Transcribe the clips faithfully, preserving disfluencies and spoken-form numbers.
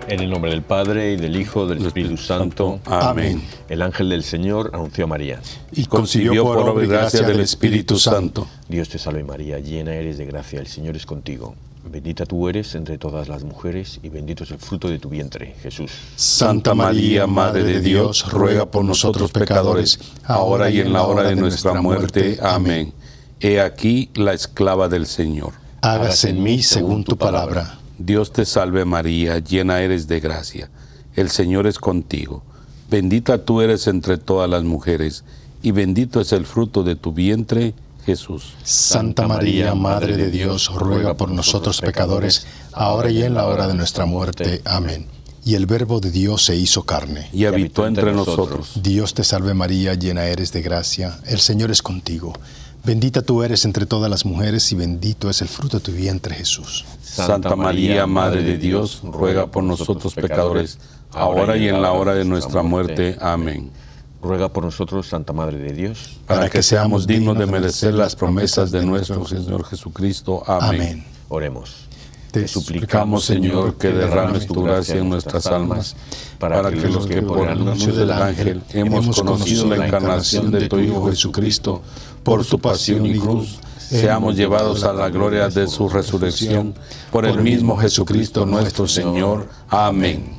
En el nombre del Padre, y del Hijo, del Espíritu Santo. Amén. El ángel del Señor anunció a María. Y concibió por obra y gracia del Espíritu Santo. Dios te salve María, llena eres de gracia, el Señor es contigo. Bendita tú eres entre todas las mujeres, y bendito es el fruto de tu vientre, Jesús. Santa María, Madre de Dios, ruega por nosotros pecadores, ahora y en la hora de nuestra muerte. Amén. He aquí la esclava del Señor. Hágase en mí según tu palabra. Dios te salve María, llena eres de gracia, el Señor es contigo. Bendita tú eres entre todas las mujeres, y bendito es el fruto de tu vientre, Jesús. Santa María, Madre de Dios, ruega por nosotros pecadores, ahora y en la hora de nuestra muerte. Amén. Y el Verbo de Dios se hizo carne, y habitó entre nosotros. Dios te salve María, llena eres de gracia, el Señor es contigo. Bendita tú eres entre todas las mujeres, y bendito es el fruto de tu vientre, Jesús. Santa María, Madre de Dios, ruega por nosotros pecadores, ahora y en la hora de nuestra muerte. Amén. Ruega por nosotros, Santa Madre de Dios, para que seamos dignos de merecer las promesas de nuestro Señor Jesucristo. Amén. Amén. Oremos. Te suplicamos, Señor, que derrames tu gracia en nuestras almas, para que los que por el anuncio del ángel hemos conocido la encarnación de tu Hijo Jesucristo, por su pasión y cruz, seamos llevados a la gloria de su resurrección, por el mismo Jesucristo nuestro Señor. Amén.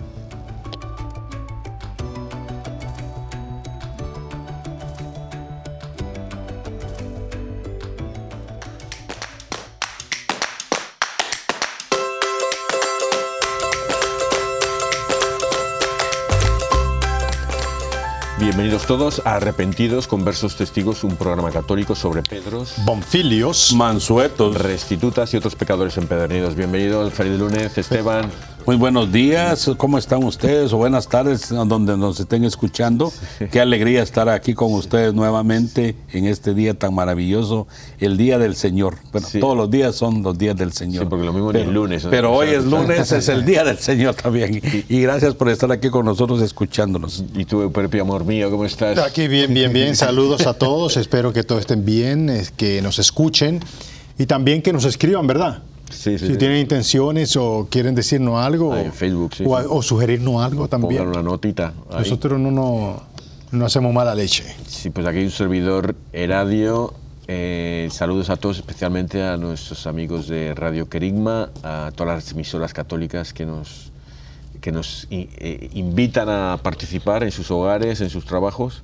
Bienvenidos todos a Arrepentidos, Conversos, Testigos, un programa católico sobre Pedros, Bonfilios, Mansuetos, restitutas y otros pecadores empedernidos. Bienvenidos, feliz lunes, Esteban. Muy buenos días, ¿cómo están ustedes? O buenas tardes, donde nos estén escuchando. Qué alegría estar aquí con ustedes nuevamente en este día tan maravilloso, el Día del Señor. Bueno, sí. Todos los días son los días del Señor. Sí, porque lo mismo pero, ni el lunes. ¿no? Pero hoy es lunes, es el Día del Señor también. Y, y gracias por estar aquí con nosotros escuchándonos. Y tú, propio amor mío, ¿cómo estás? Aquí bien, bien, bien. Saludos a todos. Espero que todos estén bien, que nos escuchen y también que nos escriban, ¿verdad? Sí, sí, si sí. tienen intenciones o quieren decirnos algo ahí en Facebook, sí, o, sí. o sugerirnos algo también. Pongan una notita. Ahí. Nosotros no, no, no hacemos mala leche. Sí, pues aquí hay un servidor, Eradio. Eh, saludos a todos, especialmente a nuestros amigos de Radio Querigma, a todas las emisoras católicas que nos, que nos eh, invitan a participar en sus hogares, en sus trabajos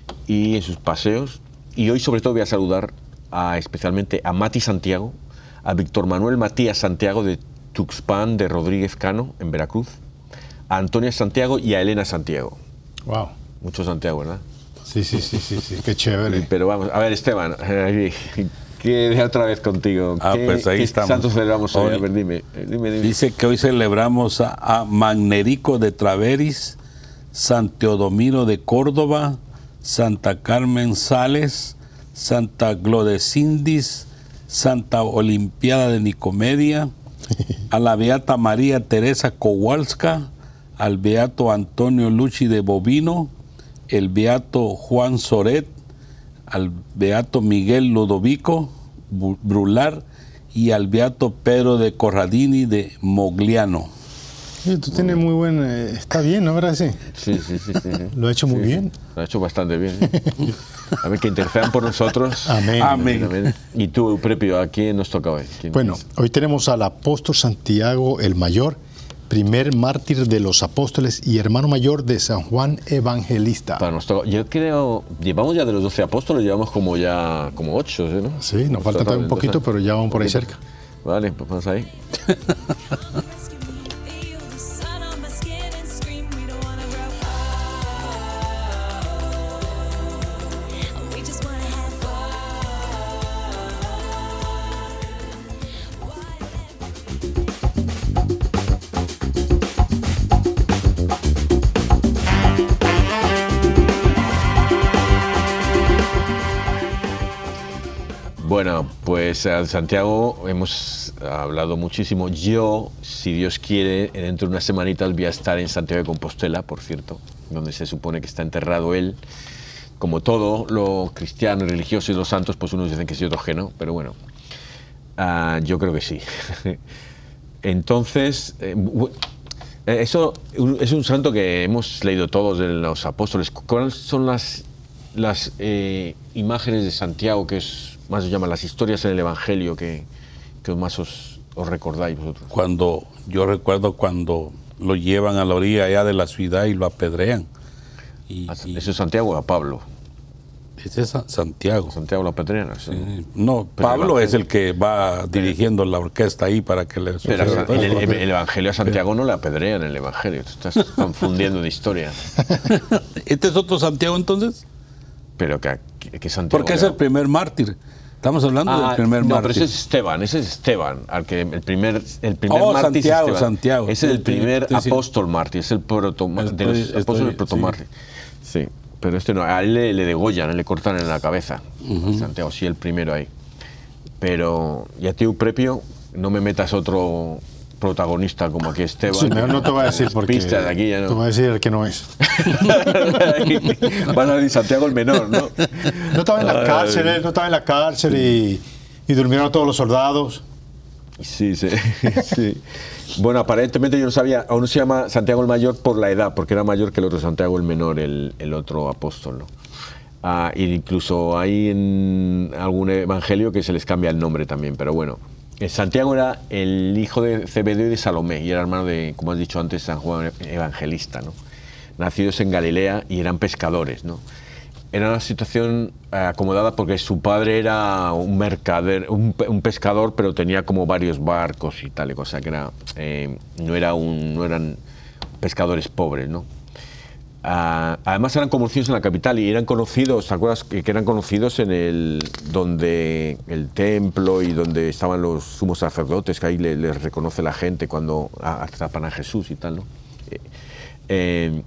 y en sus paseos. Y hoy sobre todo voy a saludar a, especialmente a Mati Santiago, a Víctor Manuel Matías Santiago de Tuxpan de Rodríguez Cano, en Veracruz, a Antonia Santiago y a Elena Santiago. Wow. Mucho Santiago, ¿verdad? Sí, sí, sí, sí, sí. Qué chévere. Pero vamos, a ver, Esteban, ¿qué de otra vez contigo? Ah, ¿Qué, pues ahí ¿qué estamos. santos celebramos hoy? hoy A ver, dime, dime, dime. Dice que hoy celebramos a, a Magnerico de Traveris, San Teodomiro de Córdoba, Santa Carmen Sales, Santa Glodecindis, Santa Olimpiada de Nicomedia, a la Beata María Teresa Kowalska, al Beato Antonio Luchi de Bovino, el Beato Juan Soret, al Beato Miguel Ludovico Brular y al Beato Pedro de Corradini de Mogliano. Sí, tú tienes muy buen... Eh, está bien, ¿no? ¿Verdad? Sí, sí, sí, sí, sí. Lo ha hecho muy sí, bien. Lo ha hecho bastante bien. ¿eh? A ver, que intercedan por nosotros. Amén. Amén. Amén. Y tú, Euprepio, ¿a quién nos toca hoy? Bueno, es? hoy tenemos al apóstol Santiago el Mayor, primer mártir de los apóstoles y hermano mayor de San Juan Evangelista. Para nos toca, yo creo, llevamos ya de los doce apóstoles, llevamos como ya, como ocho, ¿no? Sí, nos falta todavía un poquito, pero ya vamos por ahí cerca. Vale, pues vamos ahí. Bueno, pues a Santiago hemos hablado muchísimo. Yo, si Dios quiere, dentro de unas semanitas voy a estar en Santiago de Compostela, por cierto, donde se supone que está enterrado él. Como todo lo cristiano y religioso y los santos, pues unos dicen que sí, otros que no, pero bueno, uh, yo creo que sí. Entonces, eh, Eh, Eso un- es un santo que hemos leído todos de los apóstoles. ¿Cuáles son las, las eh, imágenes de Santiago que es, más os llaman las historias en el Evangelio que, que más os, os recordáis vosotros? Cuando, yo recuerdo cuando lo llevan a la orilla allá de la ciudad y lo apedrean. Y, y Eso es Santiago o a Pablo. ese es Sa- Santiago. Santiago la Petrena. ¿Sí? Eh, No, Pero Pablo el es el que va dirigiendo la orquesta ahí para que le Pero suceda todo en el, eso. el Evangelio a Santiago no le apedrean en el Evangelio. Te estás confundiendo de historia. ¿Este es otro Santiago entonces? Pero que, que, que Santiago... Porque es el primer mártir. Estamos hablando Ah, del primer no, mártir. pero ese es Esteban, ese es Esteban, al que el primer, el primer Oh, mártir Santiago, es Esteban. Santiago. Ese es el Sí, primer sí, sí. apóstol mártir, es el proto, de Estoy- los estoy- apóstoles sí. protomártir. Sí, pero este no, a él le, le degollan, le cortan en la cabeza. Santiago, sí, el primero ahí. Pero, ya te digo, Prepio, no me metas otro protagonista como aquí Esteban. Sí, no, no te voy a decir porque Pistas de aquí ya no. te voy a decir el que no es. Van a decir Santiago el menor, ¿no? No estaba en la cárcel, él no estaba en la cárcel y, y durmieron todos los soldados. Sí, sí, sí. Bueno, aparentemente yo no sabía, aún no se llama Santiago el Mayor por la edad, porque era mayor que el otro Santiago el Menor, el, el otro apóstol, ¿no? Ah, e incluso hay en algún evangelio que se les cambia el nombre también, pero bueno. eh, Santiago era el hijo de Zebedeo y de Salomé, y era hermano de, como has dicho antes, San Juan Evangelista, ¿no? Nacidos en Galilea y eran pescadores, ¿no? Era una situación eh, acomodada porque su padre era un mercader, un, pe- un pescador, pero tenía como varios barcos y tal, y cosa que era, eh, no, era un, no eran pescadores pobres, ¿no? Ah, además eran conocidos en la capital y eran conocidos, ¿te acuerdas? Que, que eran conocidos en el, donde el templo y donde estaban los sumos sacerdotes, que ahí le- les reconoce la gente cuando a- atrapan a Jesús y tal, ¿no? Eh, eh,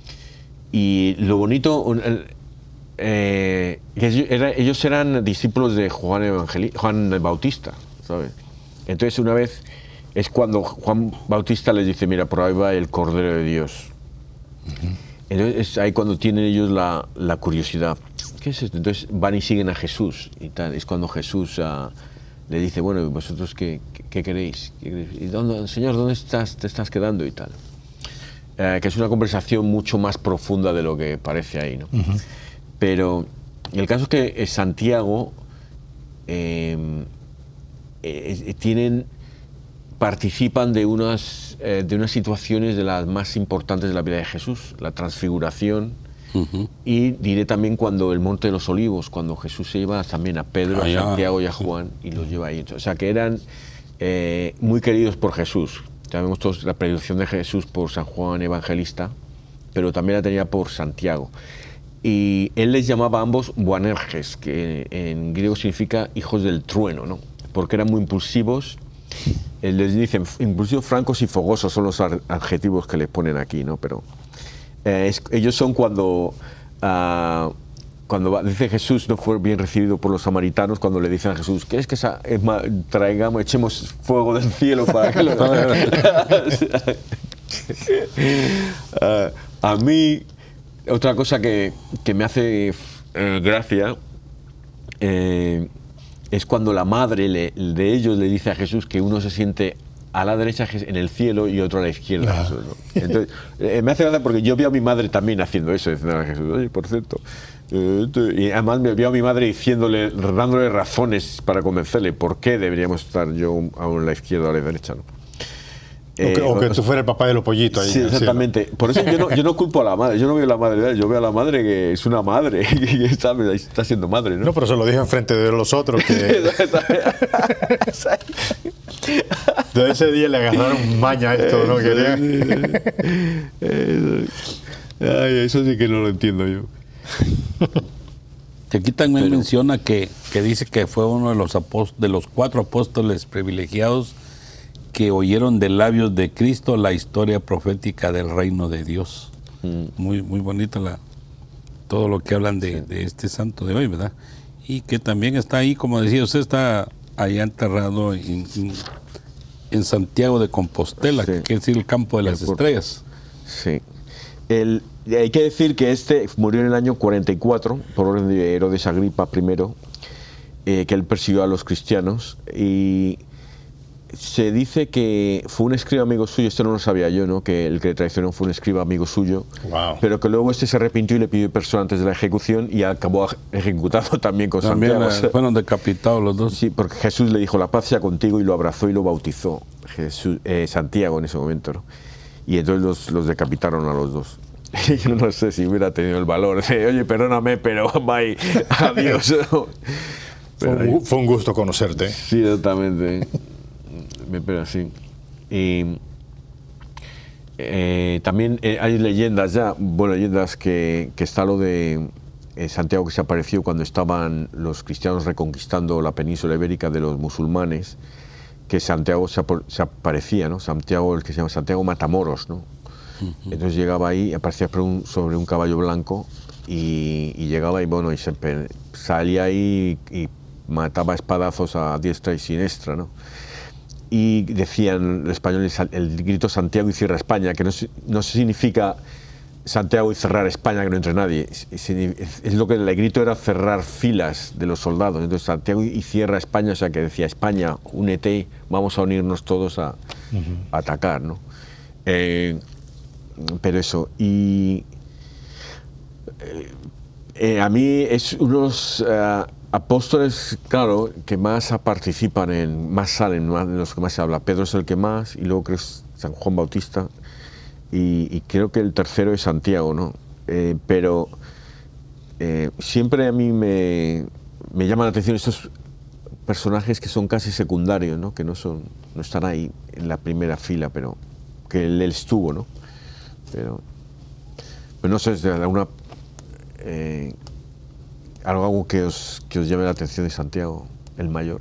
y lo bonito, un- el- eh, que ellos, era- ellos eran discípulos de Juan, Evangeli- Juan el Bautista, ¿sabes? Entonces una vez es cuando Juan Bautista les dice, mira, por ahí va el Cordero de Dios. Entonces es ahí cuando tienen ellos la, la curiosidad. ¿Qué es esto? Entonces van y siguen a Jesús y tal. Es cuando Jesús ah, le dice, bueno, ¿y vosotros qué, qué, qué queréis? ¿Qué queréis? ¿Y dónde, Señor, dónde estás, te estás quedando y tal? Eh, que es una conversación mucho más profunda de lo que parece ahí, ¿no? Uh-huh. Pero el caso es que eh, Santiago eh, eh, tienen, participan de unas, eh, de unas situaciones de las más importantes de la vida de Jesús, la transfiguración, uh-huh. y diré también cuando el Monte de los Olivos, cuando Jesús se lleva también a Pedro, ah, a Santiago y a Juan y los lleva ahí. O sea que eran eh, muy queridos por Jesús. Sabemos todos la predicación de Jesús por San Juan Evangelista, pero también la tenía por Santiago. Y él les llamaba a ambos Boanerges, que en griego significa hijos del trueno, ¿no? Porque eran muy impulsivos. Él les dicen impulsivos, francos y fogosos, son los adjetivos que les ponen aquí, ¿no? Pero eh, es, ellos son cuando, uh, cuando va, dice Jesús no fue bien recibido por los samaritanos, cuando le dicen a Jesús, ¿quieres que esa, es más, traigamos, echemos fuego del cielo para que lo... uh, a mí... Otra cosa que, que me hace eh, gracia eh, es cuando la madre le, de ellos le dice a Jesús que uno se siente a la derecha en el cielo y otro a la izquierda. Ah. Jesús, ¿no? Entonces, eh, me hace gracia porque yo vi a mi madre también haciendo eso, diciendo a Jesús, oye, por cierto. Eh, y además me vio a mi madre diciéndole, dándole razones para convencerle por qué deberíamos estar yo a la izquierda o a la derecha, ¿no? Eh, o que, o que tú fueras el papá de los pollitos ahí. Sí, exactamente. Por eso yo no, yo no culpo a la madre, yo no veo a la madre de él, yo veo a la madre que es una madre y está, está siendo madre, ¿no? No, pero se lo dijo enfrente de los otros que... de ese día le agarraron maña a esto, ¿no? Ay, eso sí que no lo entiendo yo. Aquí también pero, menciona que, que dice que fue uno de los, apóst- de los cuatro apóstoles privilegiados que oyeron de labios de Cristo la historia profética del reino de Dios. Mm. Muy, muy bonita la, todo lo que hablan de, sí. de este santo de hoy, ¿verdad? Y que también está ahí, como decía usted, está allá enterrado en, en, en Santiago de Compostela, sí. que quiere decir el campo de las el estrellas. Sí. El, hay que decir que este murió en el año cuarenta y cuatro, por orden de Herodes Agripa primero, eh, que él persiguió a los cristianos, y se dice que fue un escriba amigo suyo, esto no lo sabía yo, ¿no? Que el que le traicionó fue un escriba amigo suyo, wow. pero que luego este se arrepintió y le pidió perdón antes de la ejecución y acabó ejecutado también con también Santiago. Eh, fueron decapitados los dos. Sí, porque Jesús le dijo, la paz sea contigo, y lo abrazó y lo bautizó, Jesús, eh, Santiago en ese momento, ¿no? Y entonces los, los decapitaron a los dos. Yo no sé si hubiera tenido el valor de, oye, perdóname, pero bye, adiós. Fue un, fue un gusto conocerte. Sí, totalmente. Pero sí. Y eh, también eh, hay leyendas ya, bueno, leyendas que, que está lo de eh, Santiago, que se apareció cuando estaban los cristianos reconquistando la península ibérica de los musulmanes, que Santiago se, se aparecía, ¿no? Santiago, el que se llama Santiago Matamoros, ¿no? Uh-huh. Entonces llegaba ahí, aparecía un, sobre un caballo blanco y, y llegaba y bueno, y se, salía ahí y, y mataba espadazos a diestra y siniestra, ¿no? Y decían los españoles el grito Santiago y cierra España, que no, no significa Santiago y cerrar España, que no entre nadie. Es, es, es lo que el grito era, cerrar filas de los soldados. Entonces Santiago y cierra España, o sea que decía España, únete, vamos a unirnos todos a, uh-huh. a atacar, ¿no? Eh, pero eso, y eh, eh, a mí es unos uh, apóstoles, claro, que más participan, en, más salen, más, de los que más se habla. Pedro es el que más, y luego creo que es San Juan Bautista, y, y creo que el tercero es Santiago, ¿no? Eh, pero eh, siempre a mí me, me llaman la atención estos personajes que son casi secundarios, ¿no? Que no, son, no están ahí en la primera fila, pero que él, él estuvo, ¿no? Pero, pero no sé, es de alguna... Eh, algo, algo que, os, que os llame la atención de Santiago, el mayor.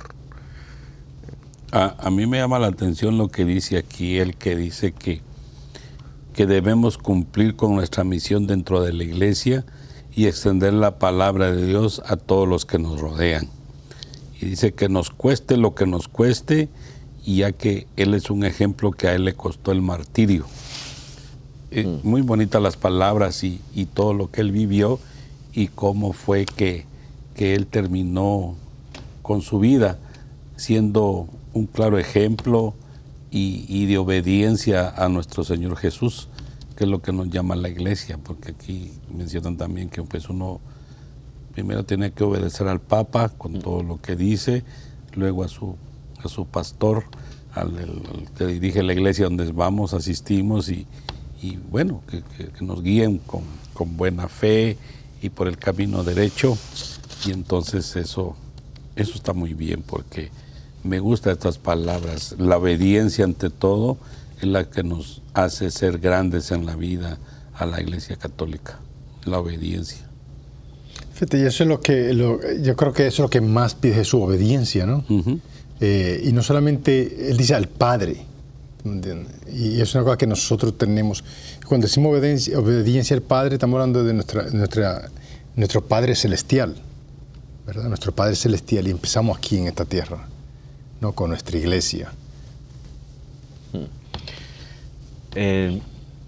A, a mí me llama la atención lo que dice aquí, el que dice que, que debemos cumplir con nuestra misión dentro de la iglesia y extender la palabra de Dios a todos los que nos rodean. Y dice que nos cueste lo que nos cueste, y ya que Él es un ejemplo que a Él le costó el martirio. Mm. Muy bonitas las palabras y, y todo lo que Él vivió, y cómo fue que, que Él terminó con su vida siendo un claro ejemplo y, y de obediencia a nuestro Señor Jesús, que es lo que nos llama la iglesia, porque aquí mencionan también que pues uno primero tiene que obedecer al Papa con todo lo que dice, luego a su, a su pastor, al, al, al que dirige la iglesia donde vamos, asistimos, y, y bueno, que, que, que nos guíen con, con buena fe y por el camino derecho. Y entonces eso, eso está muy bien, porque me gustan estas palabras. La obediencia ante todo es la que nos hace ser grandes en la vida a la Iglesia Católica, la obediencia. Fíjate, y eso es lo que, lo, yo creo que eso es lo que más pide Jesús, obediencia, ¿no? Uh-huh. Eh, y no solamente, Él dice al Padre, ¿entiendes? Y es una cosa que nosotros tenemos. Cuando decimos obediencia, obediencia al Padre, estamos hablando de nuestra, nuestra, nuestro Padre Celestial, ¿verdad? Nuestro Padre Celestial, y empezamos aquí en esta tierra, ¿no? Con nuestra iglesia. Eh,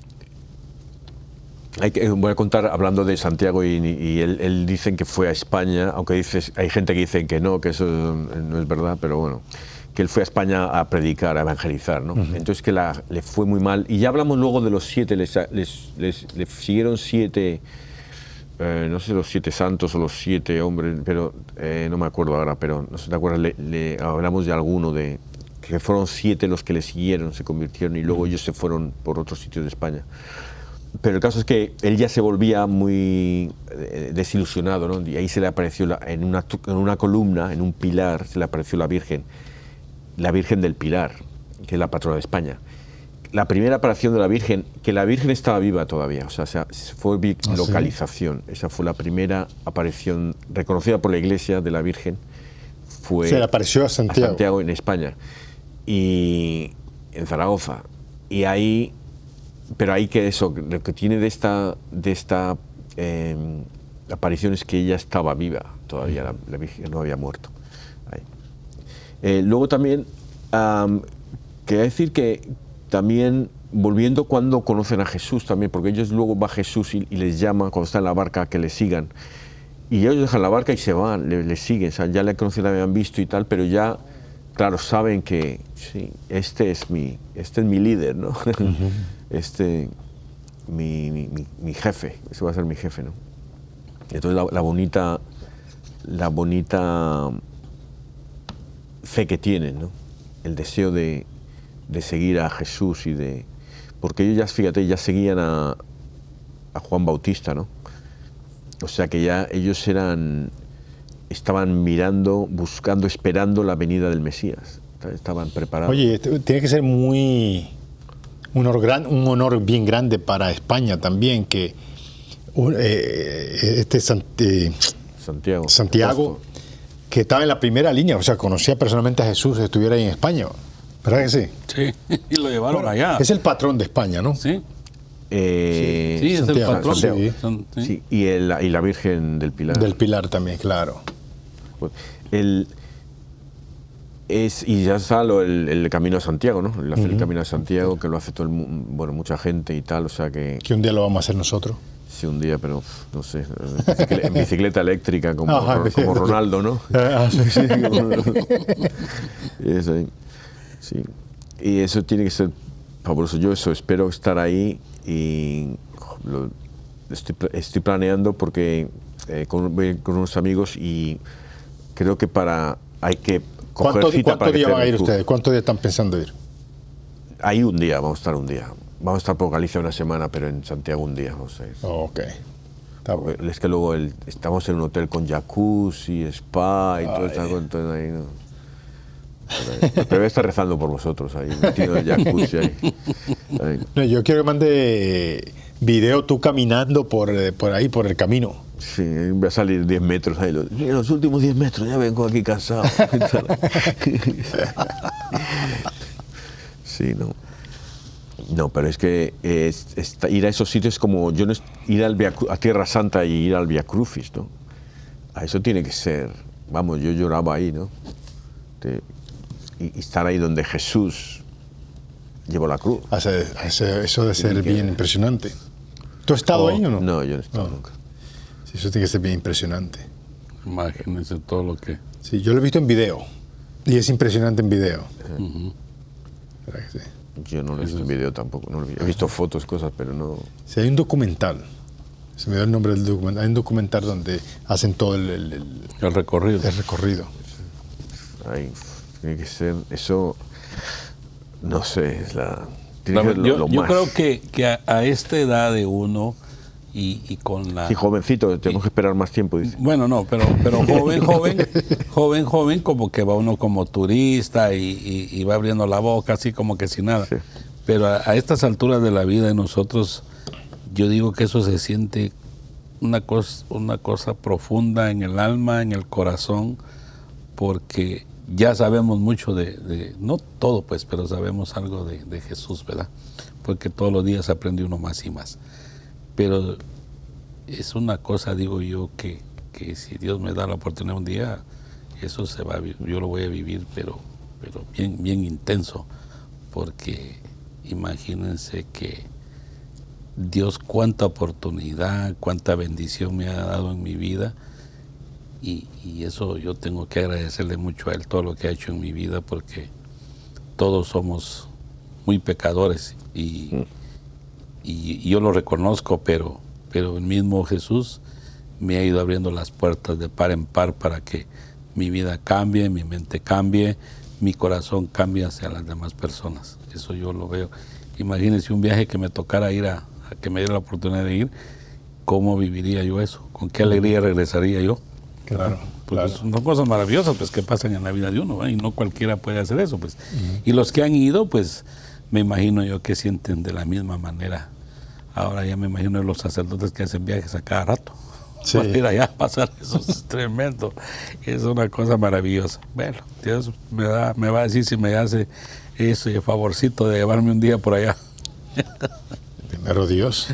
hay que, voy a contar, hablando de Santiago, y, y él, él dicen que fue a España, aunque dices, hay gente que dice que no, que eso no es verdad, pero bueno, que él fue a España a predicar, a evangelizar, ¿no? Uh-huh. Entonces que la, le fue muy mal. Y ya hablamos luego de los siete, les, les, les, les siguieron siete, eh, no sé, los siete santos o los siete hombres, pero eh, no me acuerdo ahora, pero no sé si te acuerdas, le, le hablamos de alguno, de que fueron siete los que le siguieron, se convirtieron, y luego uh-huh. ellos se fueron por otros sitios de España. Pero el caso es que él ya se volvía muy eh, desilusionado, ¿no? Y ahí se le apareció la, en, una, en una columna, en un pilar, se le apareció la Virgen, la Virgen del Pilar, que es la patrona de España. La primera aparición de la Virgen, que la Virgen estaba viva todavía, o sea, fue ¿Ah, localización. Sí? Esa fue la primera aparición reconocida por la Iglesia de la Virgen. Fue se le apareció a Santiago. a Santiago en España, y en Zaragoza. Y ahí, pero ahí que eso, lo que tiene de esta, de esta eh, aparición es que ella estaba viva todavía, la, la Virgen no había muerto. Ahí. Eh, luego también, um, quería decir que también, volviendo cuando conocen a Jesús también, porque ellos luego va Jesús y, y les llama cuando está en la barca que le sigan. Y ellos dejan la barca y se van, le, le siguen, o sea, ya le conocen, la habían visto y tal, pero ya claro, saben que sí, este es mi, este es mi líder, ¿no? Uh-huh. Este, mi, mi, mi jefe, ese va a ser mi jefe, ¿no? Entonces la, la bonita, la bonita fe que tienen, ¿no? El deseo de, de seguir a Jesús y de, porque ellos ya, fíjate, ya seguían a, a Juan Bautista, ¿no? O sea que ya ellos eran, estaban mirando, buscando, esperando la venida del Mesías. Estaban preparados. Oye, tiene que ser muy un honor, gran, un honor bien grande para España también que eh, este Santi, Santiago, Santiago que estaba en la primera línea, o sea, conocía personalmente a Jesús, estuviera ahí en España, ¿verdad que sí? Sí, y lo llevaron bueno, allá. Es el patrón de España, ¿no? Sí. Eh, sí, sí, es Santiago, el patrón. Sí. Sí. Sí, y, el, y la Virgen del Pilar. Del Pilar también, claro. El, es, y ya está lo, el, el Camino de Santiago, ¿no? El, hacer uh-huh. el Camino de Santiago, que lo hace todo el, bueno, mucha gente y tal, o sea que... Que un día lo vamos a hacer nosotros. Sí, un día, pero no sé, en bicicleta eléctrica como, Ajá, Ro, como Ronaldo, ¿no? Ah, sí, sí, como, eso, sí. Y eso tiene que ser fabuloso. Yo eso espero estar ahí y lo, estoy, estoy planeando porque eh, con, con unos amigos y creo que para hay que coger ¿Cuánto, cita ¿cuánto para día van a ir ustedes? ¿Cuántos días están pensando ir? Ahí un día, vamos a estar un día. Vamos a estar por Galicia una semana, pero en Santiago un día, vamos a ir. Oh, ok. Está bueno. Es que luego el, estamos en un hotel con jacuzzi, spa y Ay. todo eso. Entonces ahí no. Pero está rezando por vosotros ahí, metido en el jacuzzi ahí. ahí. No, yo quiero que mande video tú caminando por, por ahí, por el camino. Sí, voy a salir diez metros ahí. Los, los últimos diez metros ya vengo aquí cansado. Sí, no. No, pero es que es, es, ir a esos sitios como yo no es, ir al Via, a Tierra Santa y ir al Via Crucis, ¿no? A eso tiene que ser, vamos, yo lloraba ahí, ¿no? De, y, y estar ahí donde Jesús llevó la cruz. O sea, eso debe ser bien que, impresionante. ¿Tú has estado oh, ahí o no? No, yo no he estado no. nunca. Sí, eso tiene que ser bien impresionante. Imagínense todo lo que... Sí, yo lo he visto en video y es impresionante en video. Uh-huh. ¿Verdad que sí? Yo no lo he visto en video tampoco, no lo he, he visto fotos, cosas, pero no... Sí, hay un documental, se me da el nombre del documental, hay un documental donde hacen todo el... El, el, el recorrido. El recorrido. Ay, tiene que ser, eso, no sé, es la... Tiene la que ser yo lo, lo yo más. creo que, que a, a esta edad de uno y, y con la... Sí, jovencito, tenemos y, que esperar más tiempo, dice. Bueno, no, pero, pero joven, joven, joven, joven, como que va uno como turista y, y, y va abriendo la boca así como que sin nada. Sí. Pero a, a estas alturas de la vida de nosotros, yo digo que eso se siente una cosa, una cosa profunda en el alma, en el corazón, porque ya sabemos mucho de, de no todo pues, pero sabemos algo de, de Jesús, ¿verdad? Porque todos los días aprende uno más y más. Pero es una cosa, digo yo, que, que si Dios me da la oportunidad un día, eso se va a, yo lo voy a vivir, pero, pero bien, bien intenso, porque imagínense que Dios cuánta oportunidad, cuánta bendición me ha dado en mi vida, y, y eso yo tengo que agradecerle mucho a Él todo lo que ha hecho en mi vida, porque todos somos muy pecadores y... Mm. Y, y yo lo reconozco, pero, pero el mismo Jesús me ha ido abriendo las puertas de par en par para que mi vida cambie, mi mente cambie, mi corazón cambie hacia las demás personas. Eso yo lo veo. Imagínense un viaje que me tocara ir a, a que me diera la oportunidad de ir, ¿cómo viviría yo eso? ¿Con qué alegría regresaría yo? Claro. Pues claro. Son cosas maravillosas pues, que pasan en la vida de uno, ¿eh? Y no cualquiera puede hacer eso. Pues. Uh-huh. Y los que han ido, pues me imagino yo que sienten de la misma manera. Ahora ya me imagino los sacerdotes que hacen viajes a cada rato. Sí. Para ir allá a pasar, eso es tremendo. Es una cosa maravillosa. Bueno, Dios me, da, me va a decir si me hace ese favorcito de llevarme un día por allá. Primero Dios.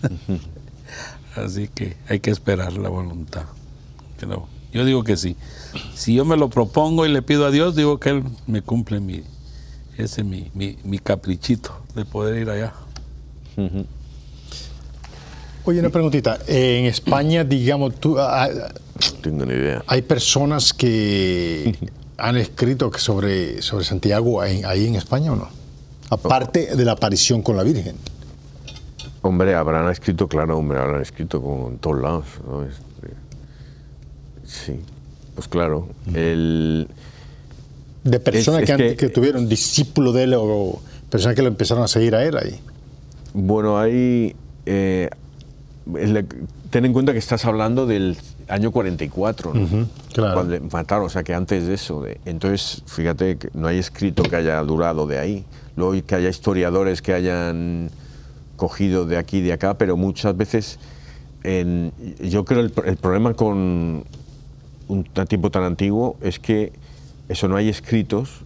Así que hay que esperar la voluntad. Pero yo digo que sí. Si yo me lo propongo y le pido a Dios, digo que Él me cumple mi, ese mi, mi, mi caprichito de poder ir allá. Uh-huh. Oye, una preguntita. En España, digamos, tú... Ah, no tengo ni idea. Hay personas que han escrito sobre, sobre Santiago ahí, ahí en España o no? Aparte de la aparición con la Virgen. Hombre, habrán escrito, claro, hombre, habrán escrito como en todos lados, ¿no? Este, sí, pues claro. Uh-huh. El, de personas es, que, es han, que, que tuvieron discípulos de él o personas que lo empezaron a seguir a él ahí. Bueno, ahí... Eh, el, ten en cuenta que estás hablando del año cuarenta y cuatro, ¿no? Uh-huh, claro. Cuando le mataron, o sea que antes de eso. De, entonces, fíjate que no hay escrito que haya durado de ahí. Luego que haya historiadores que hayan cogido de aquí y de acá, pero muchas veces en, yo creo el, el problema con un tiempo tan antiguo es que eso no hay escritos,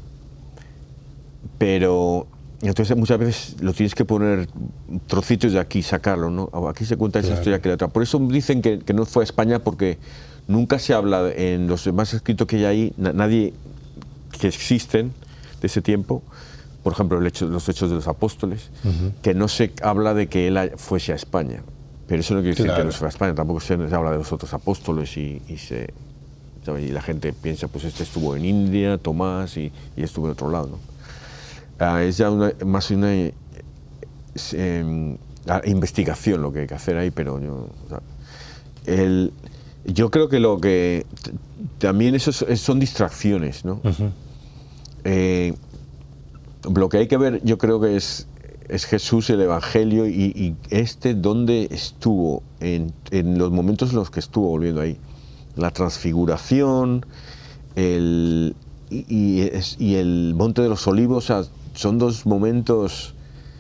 pero entonces muchas veces lo tienes que poner trocitos de aquí y sacarlo, ¿no? Aquí se cuenta esa claro. historia que la otra. Por eso dicen que, que no fue a España, porque nunca se habla en los demás escritos que hay ahí, na, nadie que existen de ese tiempo, por ejemplo el hecho, los Hechos de los Apóstoles, uh-huh. que no se habla de que él fuese a España. Pero eso no quiere decir claro. que no se fue a España, tampoco se habla de los otros apóstoles y, y, se, ¿sabes? Y la gente piensa, pues este estuvo en India, Tomás, y, y estuvo en otro lado, ¿no? Uh, es ya una, más una eh, eh, investigación lo que hay que hacer ahí, pero yo, o sea, el, yo creo que lo que t- también eso es, son distracciones, ¿no? Uh-huh. Eh, lo que hay que ver, yo creo que es, es Jesús, el Evangelio, y, y este dónde estuvo, en, en los momentos en los que estuvo volviendo ahí. La transfiguración, el, y, y, es, y el Monte de los Olivos, o sea, son dos momentos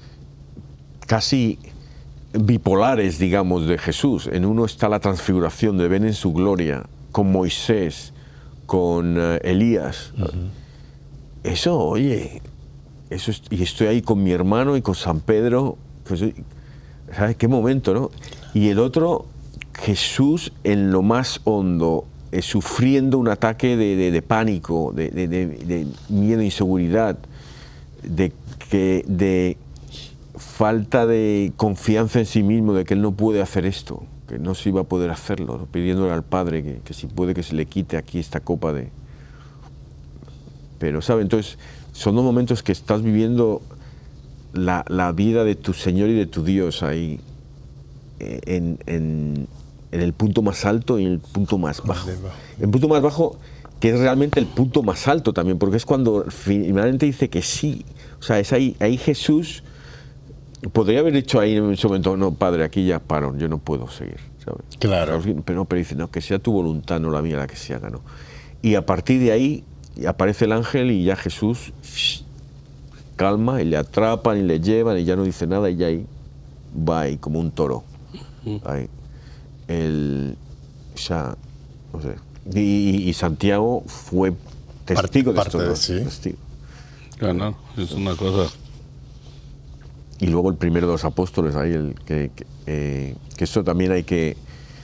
casi bipolares, digamos, de Jesús. En uno está la transfiguración, de ven en su gloria, con Moisés, con uh, Elías. Uh-huh. Eso, oye, eso es, y estoy ahí con mi hermano y con San Pedro, pues, ¿sabes qué momento, no? Y el otro, Jesús en lo más hondo, eh, sufriendo un ataque de, de, de pánico, de, de, de, de miedo, inseguridad, de, que, de falta de confianza en sí mismo, de que él no puede hacer esto, que no se iba a poder hacerlo, ¿no? Pidiéndole al Padre que, que si puede que se le quite aquí esta copa de... Pero, ¿sabes? Entonces, son dos momentos que estás viviendo la, la vida de tu Señor y de tu Dios ahí, en, en, en el punto más alto y en el punto más bajo. El punto más bajo, que es realmente el punto más alto también, porque es cuando finalmente dice que sí. O sea, es ahí, ahí Jesús podría haber dicho ahí en ese momento, no, Padre, aquí ya paro, yo no puedo seguir, ¿sabes? Claro. Pero, pero dice, no, que sea tu voluntad, no la mía, la que se haga, ¿no? Y a partir de ahí aparece el ángel y ya Jesús shh, calma y le atrapan y le llevan y ya no dice nada y ya ahí va ahí como un toro. Ahí. El, o sea, no sé. Y, y Santiago fue testigo parte, de esto. De, ¿no? Testigo. Claro, es una cosa. Y luego el primero de los apóstoles, ahí el que, que, eh, que esto también hay que.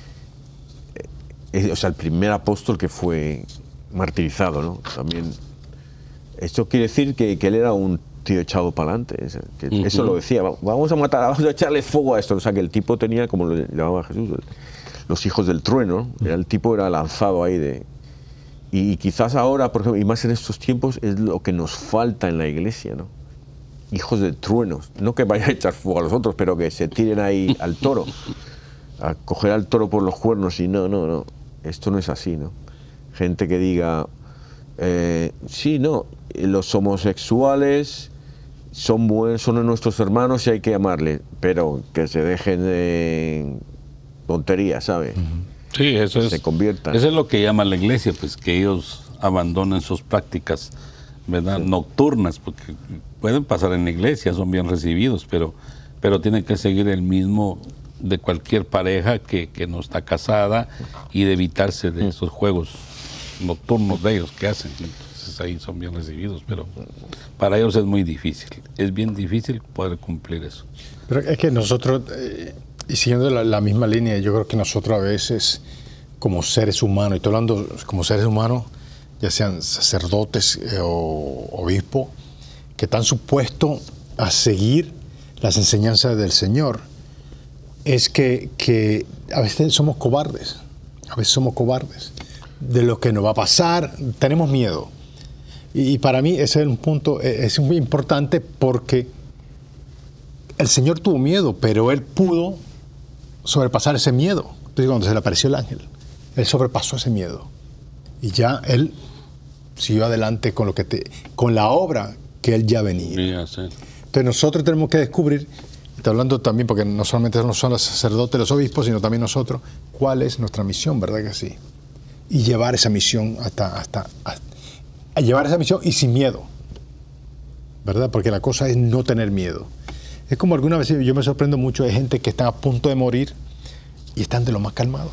Eh, o sea, el primer apóstol que fue martirizado, ¿no? También. Esto quiere decir que, que él era un tío echado para adelante. Que uh-huh. Eso lo decía, vamos a matar, vamos a echarle fuego a esto. O sea, que el tipo tenía, como lo llamaba Jesús, los hijos del trueno. Era, el tipo era lanzado ahí de... Y, y quizás ahora, por ejemplo, y más en estos tiempos, es lo que nos falta en la iglesia, ¿no? Hijos de truenos. No que vayan a echar fuego a los otros, pero que se tiren ahí al toro. A coger al toro por los cuernos y no, no, no. Esto no es así, ¿no? Gente que diga, eh, sí, no, los homosexuales son buenos, son nuestros hermanos y hay que amarles, pero que se dejen de tonterías, ¿sabes? Sí, eso es, se conviertan. Eso es lo que llama la iglesia, pues que ellos abandonen sus prácticas, ¿verdad? Sí. Nocturnas, porque pueden pasar en la iglesia, son bien recibidos, pero, pero tienen que seguir el mismo de cualquier pareja que, que no está casada y de evitarse de esos juegos nocturnos de ellos que hacen. Entonces ahí son bien recibidos, pero para ellos es muy difícil, es bien difícil poder cumplir eso. Pero es que nosotros, eh, y siguiendo la, la misma línea, yo creo que nosotros a veces, como seres humanos, y estoy hablando como seres humanos, ya sean sacerdotes eh, o obispos, que están supuestos a seguir las enseñanzas del Señor, es que, que a veces somos cobardes, a veces somos cobardes de lo que nos va a pasar, tenemos miedo. Y, y para mí ese es un punto, es muy importante porque el Señor tuvo miedo, pero Él pudo sobrepasar ese miedo. Entonces cuando se le apareció el ángel, Él sobrepasó ese miedo. Y ya Él siguió adelante con, lo que te, con la obra que Él ya venía. Sí, sí. Entonces nosotros tenemos que descubrir, estoy hablando también porque no solamente no son los sacerdotes, los obispos, sino también nosotros, cuál es nuestra misión, ¿verdad que sí? Y llevar esa misión hasta, hasta, hasta a llevar esa misión y sin miedo, ¿verdad? Porque la cosa es no tener miedo. Es como alguna vez yo me sorprendo mucho de gente que está a punto de morir y están de lo más calmados.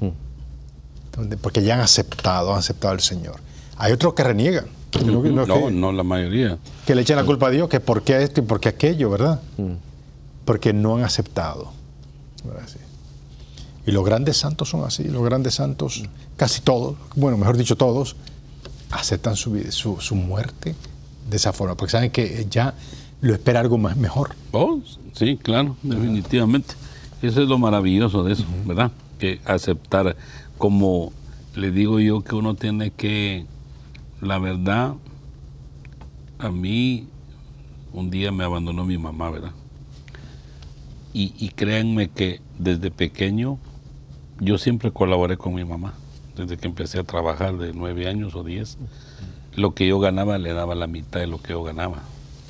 Mm. Porque ya han aceptado, han aceptado al Señor. Hay otros que reniegan. No, no, no, que, no la mayoría. Que le echan la culpa a Dios, que por qué esto y por qué aquello, ¿verdad? Mm. Porque no han aceptado. ¿Verdad? Sí. Y los grandes santos son así. Los grandes santos, casi todos, bueno, mejor dicho todos, aceptan su, vida, su, su muerte de esa forma, porque saben que ya lo espera algo más mejor. Oh, sí, claro, definitivamente. Eso es lo maravilloso de eso, uh-huh. ¿verdad? Que aceptar, como le digo yo, que uno tiene que, la verdad, a mí un día me abandonó mi mamá, ¿verdad? Y, y créanme que desde pequeño yo siempre colaboré con mi mamá. Desde que empecé a trabajar de nueve años o diez, lo que yo ganaba le daba la mitad de lo que yo ganaba.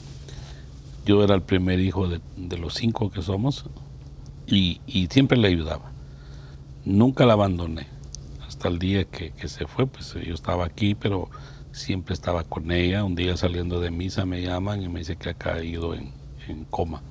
Yo era el primer hijo de, de los cinco que somos y, y siempre le ayudaba. Nunca la abandoné. Hasta el día que, que se fue, pues yo estaba aquí, pero siempre estaba con ella. Un día saliendo de misa me llaman y me dice que ha caído en, en coma.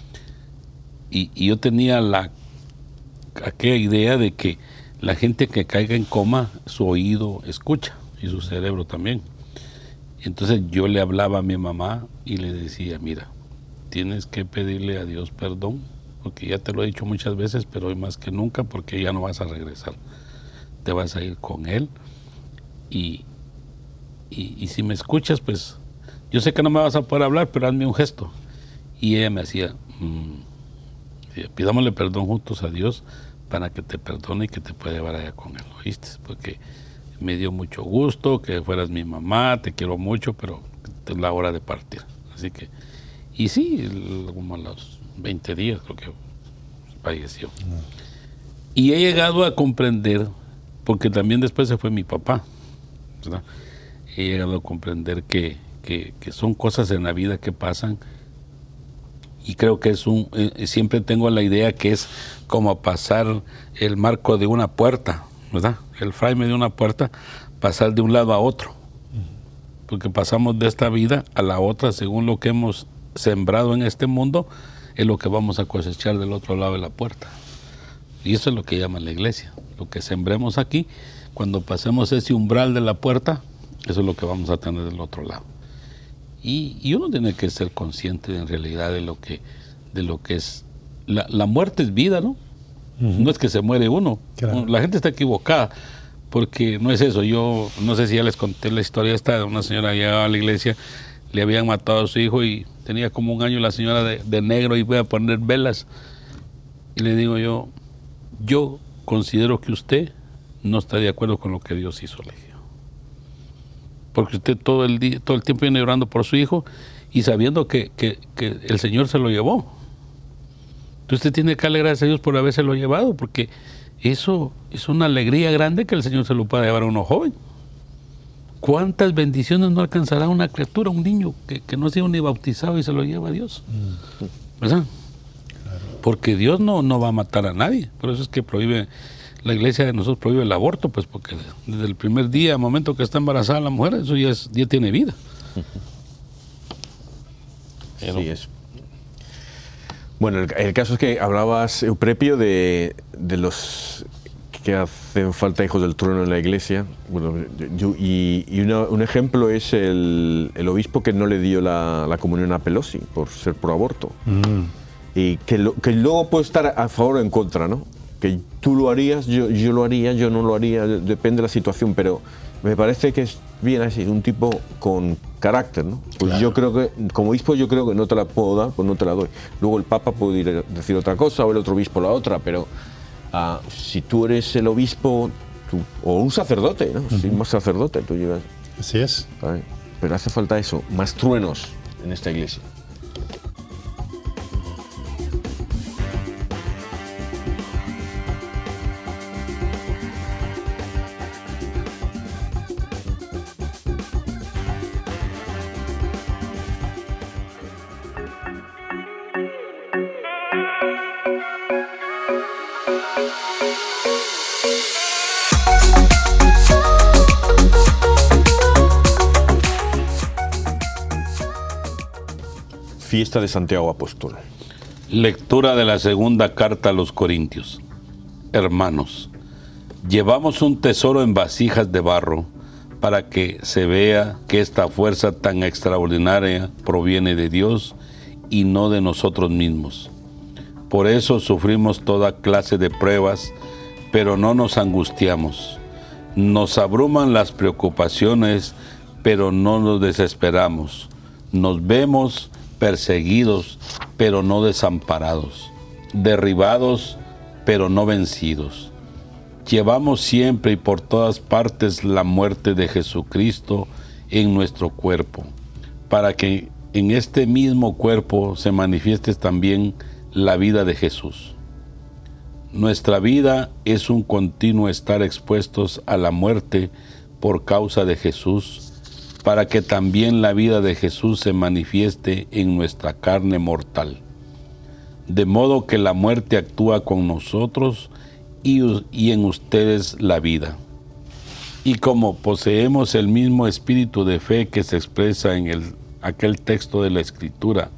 Y, y yo tenía la aquella idea de que la gente que caiga en coma, su oído escucha y su cerebro también. Entonces yo le hablaba a mi mamá y le decía, mira, tienes que pedirle a Dios perdón, porque ya te lo he dicho muchas veces, pero hoy más que nunca, porque ya no vas a regresar. Te vas a ir con Él. Y, y, y si me escuchas, pues yo sé que no me vas a poder hablar, pero hazme un gesto. Y ella me hacía, mmm, pidámosle perdón juntos a Dios para que te perdone y que te pueda llevar allá con Él, ¿oíste? Porque me dio mucho gusto que fueras mi mamá, te quiero mucho, pero es la hora de partir. Así que, y sí, como a los veinte días creo que falleció. No. Y he llegado a comprender, porque también después se fue mi papá, ¿verdad? He llegado a comprender que, que, que son cosas en la vida que pasan. Y creo que es un, eh, siempre tengo la idea que es como pasar el marco de una puerta, ¿verdad? El fraime de una puerta, pasar de un lado a otro. Porque pasamos de esta vida a la otra según lo que hemos sembrado en este mundo, es lo que vamos a cosechar del otro lado de la puerta. Y eso es lo que llama la iglesia. Lo que sembremos aquí, cuando pasemos ese umbral de la puerta, eso es lo que vamos a tener del otro lado. Y, y uno tiene que ser consciente en realidad de lo que, de lo que es. La, la muerte es vida, ¿no? Uh-huh. No es que se muere uno. Claro. La gente está equivocada, porque no es eso. Yo no sé si ya les conté la historia esta de una señora que llegaba a la iglesia, le habían matado a su hijo y tenía como un año la señora de, de negro y voy a poner velas. Y le digo yo, yo considero que usted no está de acuerdo con lo que Dios hizo, le dije. Porque usted todo el día, todo el tiempo viene llorando por su hijo y sabiendo que, que, que el Señor se lo llevó. Entonces usted tiene que alegrarse a Dios por habérselo llevado, porque eso es una alegría grande que el Señor se lo pueda llevar a uno joven. ¿Cuántas bendiciones no alcanzará una criatura, un niño que, que no ha sido ni bautizado y se lo lleva a Dios? ¿Verdad? Porque Dios no, no va a matar a nadie. Por eso es que prohíbe, la iglesia de nosotros prohíbe el aborto, pues porque desde el primer día, al momento que está embarazada la mujer, eso ya, es, ya tiene vida. Pero, sí, es. Bueno, el, el caso es que hablabas, Euprepio, de, de los que hacen falta hijos del trueno en la iglesia. Bueno, yo, y y una, un ejemplo es el, el obispo que no le dio la, la comunión a Pelosi por ser pro aborto. Mm. Y que, lo, que luego puede estar a favor o en contra, ¿no? Que tú lo harías, yo, yo lo haría, yo no lo haría, depende de la situación, pero me parece que es bien así, un tipo con carácter, ¿no? Pues claro. Yo creo que, como obispo, yo creo que no te la puedo dar, pues no te la doy. Luego el Papa puede ir a decir otra cosa o el otro obispo la otra, pero uh, si tú eres el obispo, tú, o un sacerdote, ¿no? Uh-huh. Si más sacerdote, tú llegas. Así es. ¿Sabes? pero hace falta eso, más truenos en esta iglesia. Fiesta de Santiago Apóstol. Lectura de la segunda carta a los Corintios. Hermanos, llevamos un tesoro en vasijas de barro para que se vea que esta fuerza tan extraordinaria proviene de Dios y no de nosotros mismos. Por eso sufrimos toda clase de pruebas, pero no nos angustiamos. Nos abruman las preocupaciones, pero no nos desesperamos. Nos vemos perseguidos, pero no desamparados, derribados, pero no vencidos. Llevamos siempre y por todas partes la muerte de Jesucristo en nuestro cuerpo, para que en este mismo cuerpo se manifieste también la vida de Jesús. Nuestra vida es un continuo estar expuestos a la muerte por causa de Jesús, para que también la vida de Jesús se manifieste en nuestra carne mortal. De modo que la muerte actúa con nosotros y, y en ustedes la vida. Y como poseemos el mismo espíritu de fe que se expresa en el, aquel texto de la Escritura,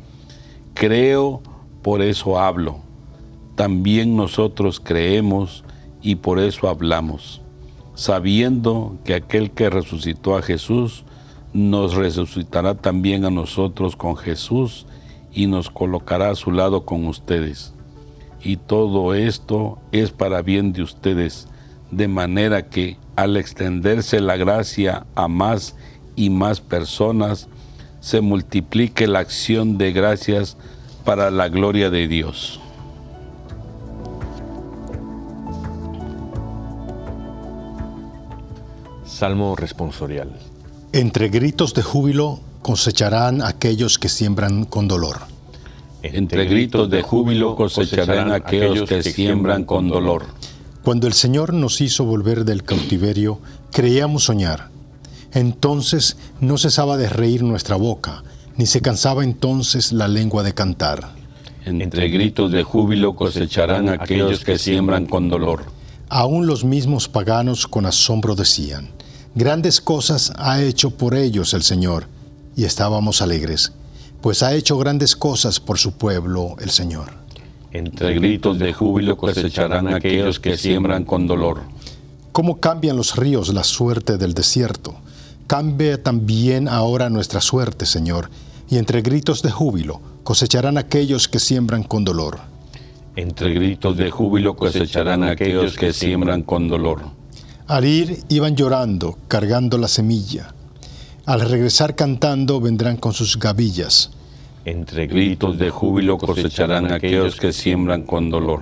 creo, por eso hablo. También nosotros creemos y por eso hablamos, sabiendo que aquel que resucitó a Jesús nos resucitará también a nosotros con Jesús y nos colocará a su lado con ustedes. Y todo esto es para bien de ustedes, de manera que al extenderse la gracia a más y más personas, se multiplique la acción de gracias para la gloria de Dios. Salmo responsorial. Entre gritos de júbilo cosecharán aquellos que siembran con dolor. Entre gritos de júbilo cosecharán aquellos que siembran con dolor. Cuando el Señor nos hizo volver del cautiverio, creíamos soñar. Entonces no cesaba de reír nuestra boca, ni se cansaba entonces la lengua de cantar. Entre gritos de júbilo cosecharán aquellos que siembran con dolor. Aún los mismos paganos con asombro decían: grandes cosas ha hecho por ellos el Señor, y estábamos alegres, pues ha hecho grandes cosas por su pueblo el Señor. Entre gritos de júbilo cosecharán aquellos que siembran con dolor. ¿Cómo cambian los ríos la suerte del desierto? Cambia también ahora nuestra suerte, Señor, y entre gritos de júbilo cosecharán aquellos que siembran con dolor. Entre gritos de júbilo cosecharán aquellos que siembran con dolor. Al ir iban llorando, cargando la semilla. Al regresar cantando vendrán con sus gavillas. Entre gritos de júbilo cosecharán aquellos que siembran con dolor.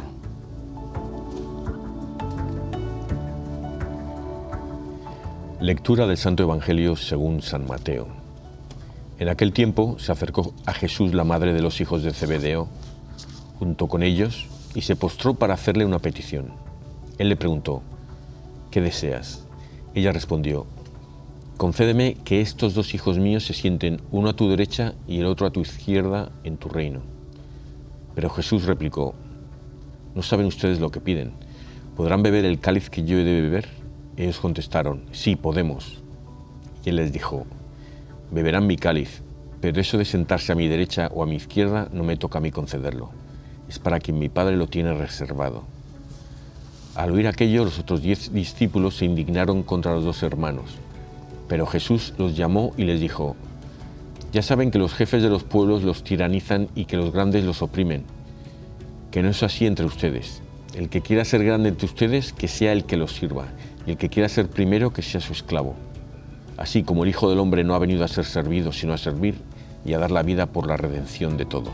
Lectura del Santo Evangelio según San Mateo. En aquel tiempo se acercó a Jesús la madre de los hijos de Zebedeo, junto con ellos, y se postró para hacerle una petición. Él le preguntó: ¿qué deseas? Ella respondió: concédeme que estos dos hijos míos se sienten uno a tu derecha y el otro a tu izquierda en tu reino. Pero Jesús replicó: no saben ustedes lo que piden. ¿Podrán beber el cáliz que yo he de beber? Ellos contestaron: sí, podemos. Y él les dijo: beberán mi cáliz, pero eso de sentarse a mi derecha o a mi izquierda no me toca a mí concederlo. Es para quien mi Padre lo tiene reservado. Al oír aquello, los otros diez discípulos se indignaron contra los dos hermanos. Pero Jesús los llamó y les dijo: ya saben que los jefes de los pueblos los tiranizan y que los grandes los oprimen. Que no es así entre ustedes. El que quiera ser grande entre ustedes, que sea el que los sirva, y el que quiera ser primero, que sea su esclavo. Así como el Hijo del Hombre no ha venido a ser servido, sino a servir y a dar la vida por la redención de todos.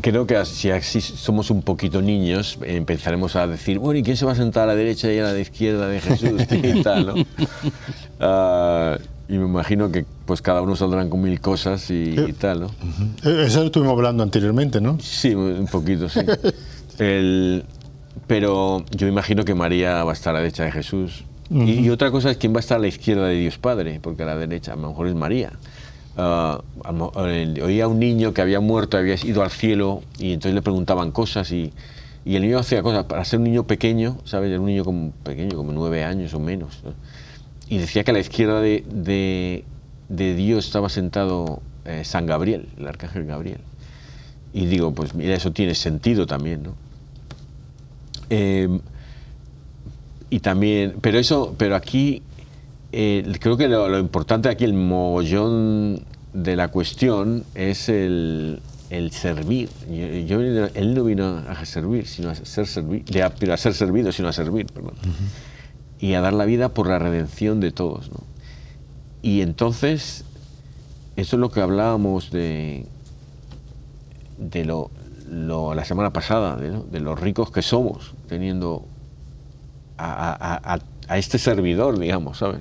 creo que si así somos un poquito niños, empezaremos a decir, bueno, ¿y quién se va a sentar a la derecha y a la izquierda de Jesús? Y tal, ¿no? Uh, y me imagino que pues cada uno saldrán con mil cosas y, y tal, ¿no? Uh-huh. Eso lo estuvimos hablando anteriormente, ¿no? Sí, un poquito, sí. El, pero yo imagino que María va a estar a la derecha de Jesús. Uh-huh. y, y otra cosa es quién va a estar a la izquierda de Dios Padre, porque a la derecha a lo mejor es María. Uh, oía a un niño que había muerto, había ido al cielo, y entonces le preguntaban cosas y, y el niño hacía cosas. Para ser un niño pequeño, ¿sabes? Era un niño como pequeño, como nueve años o menos, ¿no? Y decía que a la izquierda de, de, de Dios estaba sentado eh, San Gabriel, el arcángel Gabriel. Y digo, pues mira, eso tiene sentido también, ¿no? Eh, y también, pero eso, pero aquí eh, creo que lo, lo importante aquí, el mogollón de la cuestión es el, el servir. Yo, yo, él no vino a servir, sino a ser servir, de, pero a ser servido, sino a servir, perdón. Uh-huh. Y a dar la vida por la redención de todos, ¿no? Y entonces, eso es lo que hablábamos de, de lo, lo la semana pasada, de, ¿no? de los ricos que somos, teniendo a, a, a, a este servidor, digamos, ¿sabes?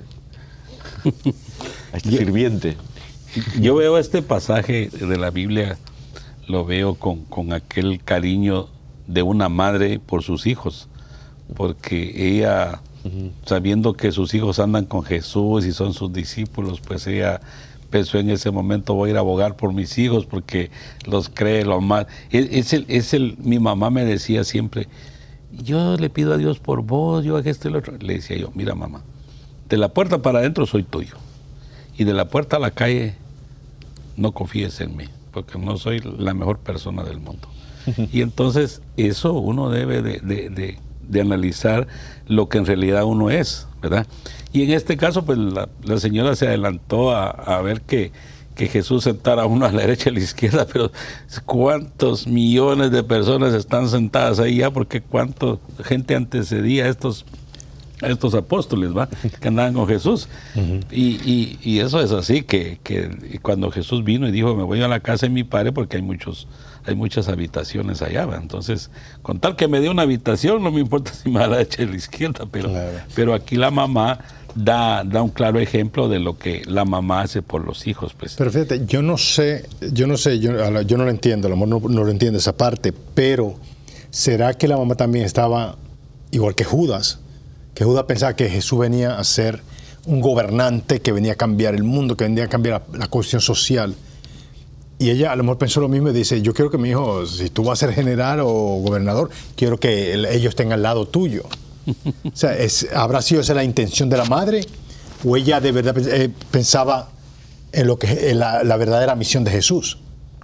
A este yo, sirviente. Yo veo este pasaje de la Biblia, lo veo con, con aquel cariño de una madre por sus hijos, porque ella... Uh-huh. Sabiendo que sus hijos andan con Jesús y son sus discípulos, pues ella pensó en ese momento, voy a ir a abogar por mis hijos porque los cree lo más. Es, es el, es el, mi mamá me decía siempre, yo le pido a Dios por vos, yo hago esto y lo otro. Le decía yo, mira mamá, de la puerta para adentro soy tuyo y de la puerta a la calle no confíes en mí, porque no soy la mejor persona del mundo. Uh-huh. Y entonces eso uno debe de, de, de de analizar lo que en realidad uno es, ¿verdad? Y en este caso, pues la, la señora se adelantó a, a ver que, que Jesús sentara a uno a la derecha y a la izquierda, pero ¿cuántos millones de personas están sentadas ahí ya? Porque cuánta gente antecedía a estos, a estos apóstoles, ¿va? Que andaban con Jesús. Uh-huh. y, y, y eso es así, que, que cuando Jesús vino y dijo, me voy a la casa de mi padre porque hay muchos hay muchas habitaciones allá, ¿va? Entonces, con tal que me dé una habitación, no me importa si me da a la derecha o a la izquierda, pero, claro. pero aquí la mamá da, da un claro ejemplo de lo que la mamá hace por los hijos, pues. Pero fíjate, yo no sé, yo no sé, yo, yo no lo entiendo, a lo mejor no, no lo entiendo esa parte, pero ¿será que la mamá también estaba igual que Judas? Que Judas pensaba que Jesús venía a ser un gobernante, que venía a cambiar el mundo, que venía a cambiar la, la cuestión social. Y ella a lo mejor pensó lo mismo y dice, yo quiero que mi hijo, si tú vas a ser general o gobernador, quiero que el, ellos estén al lado tuyo. O sea, es, ¿habrá sido esa la intención de la madre? ¿O ella de verdad eh, pensaba en lo que en la, la verdadera misión de Jesús?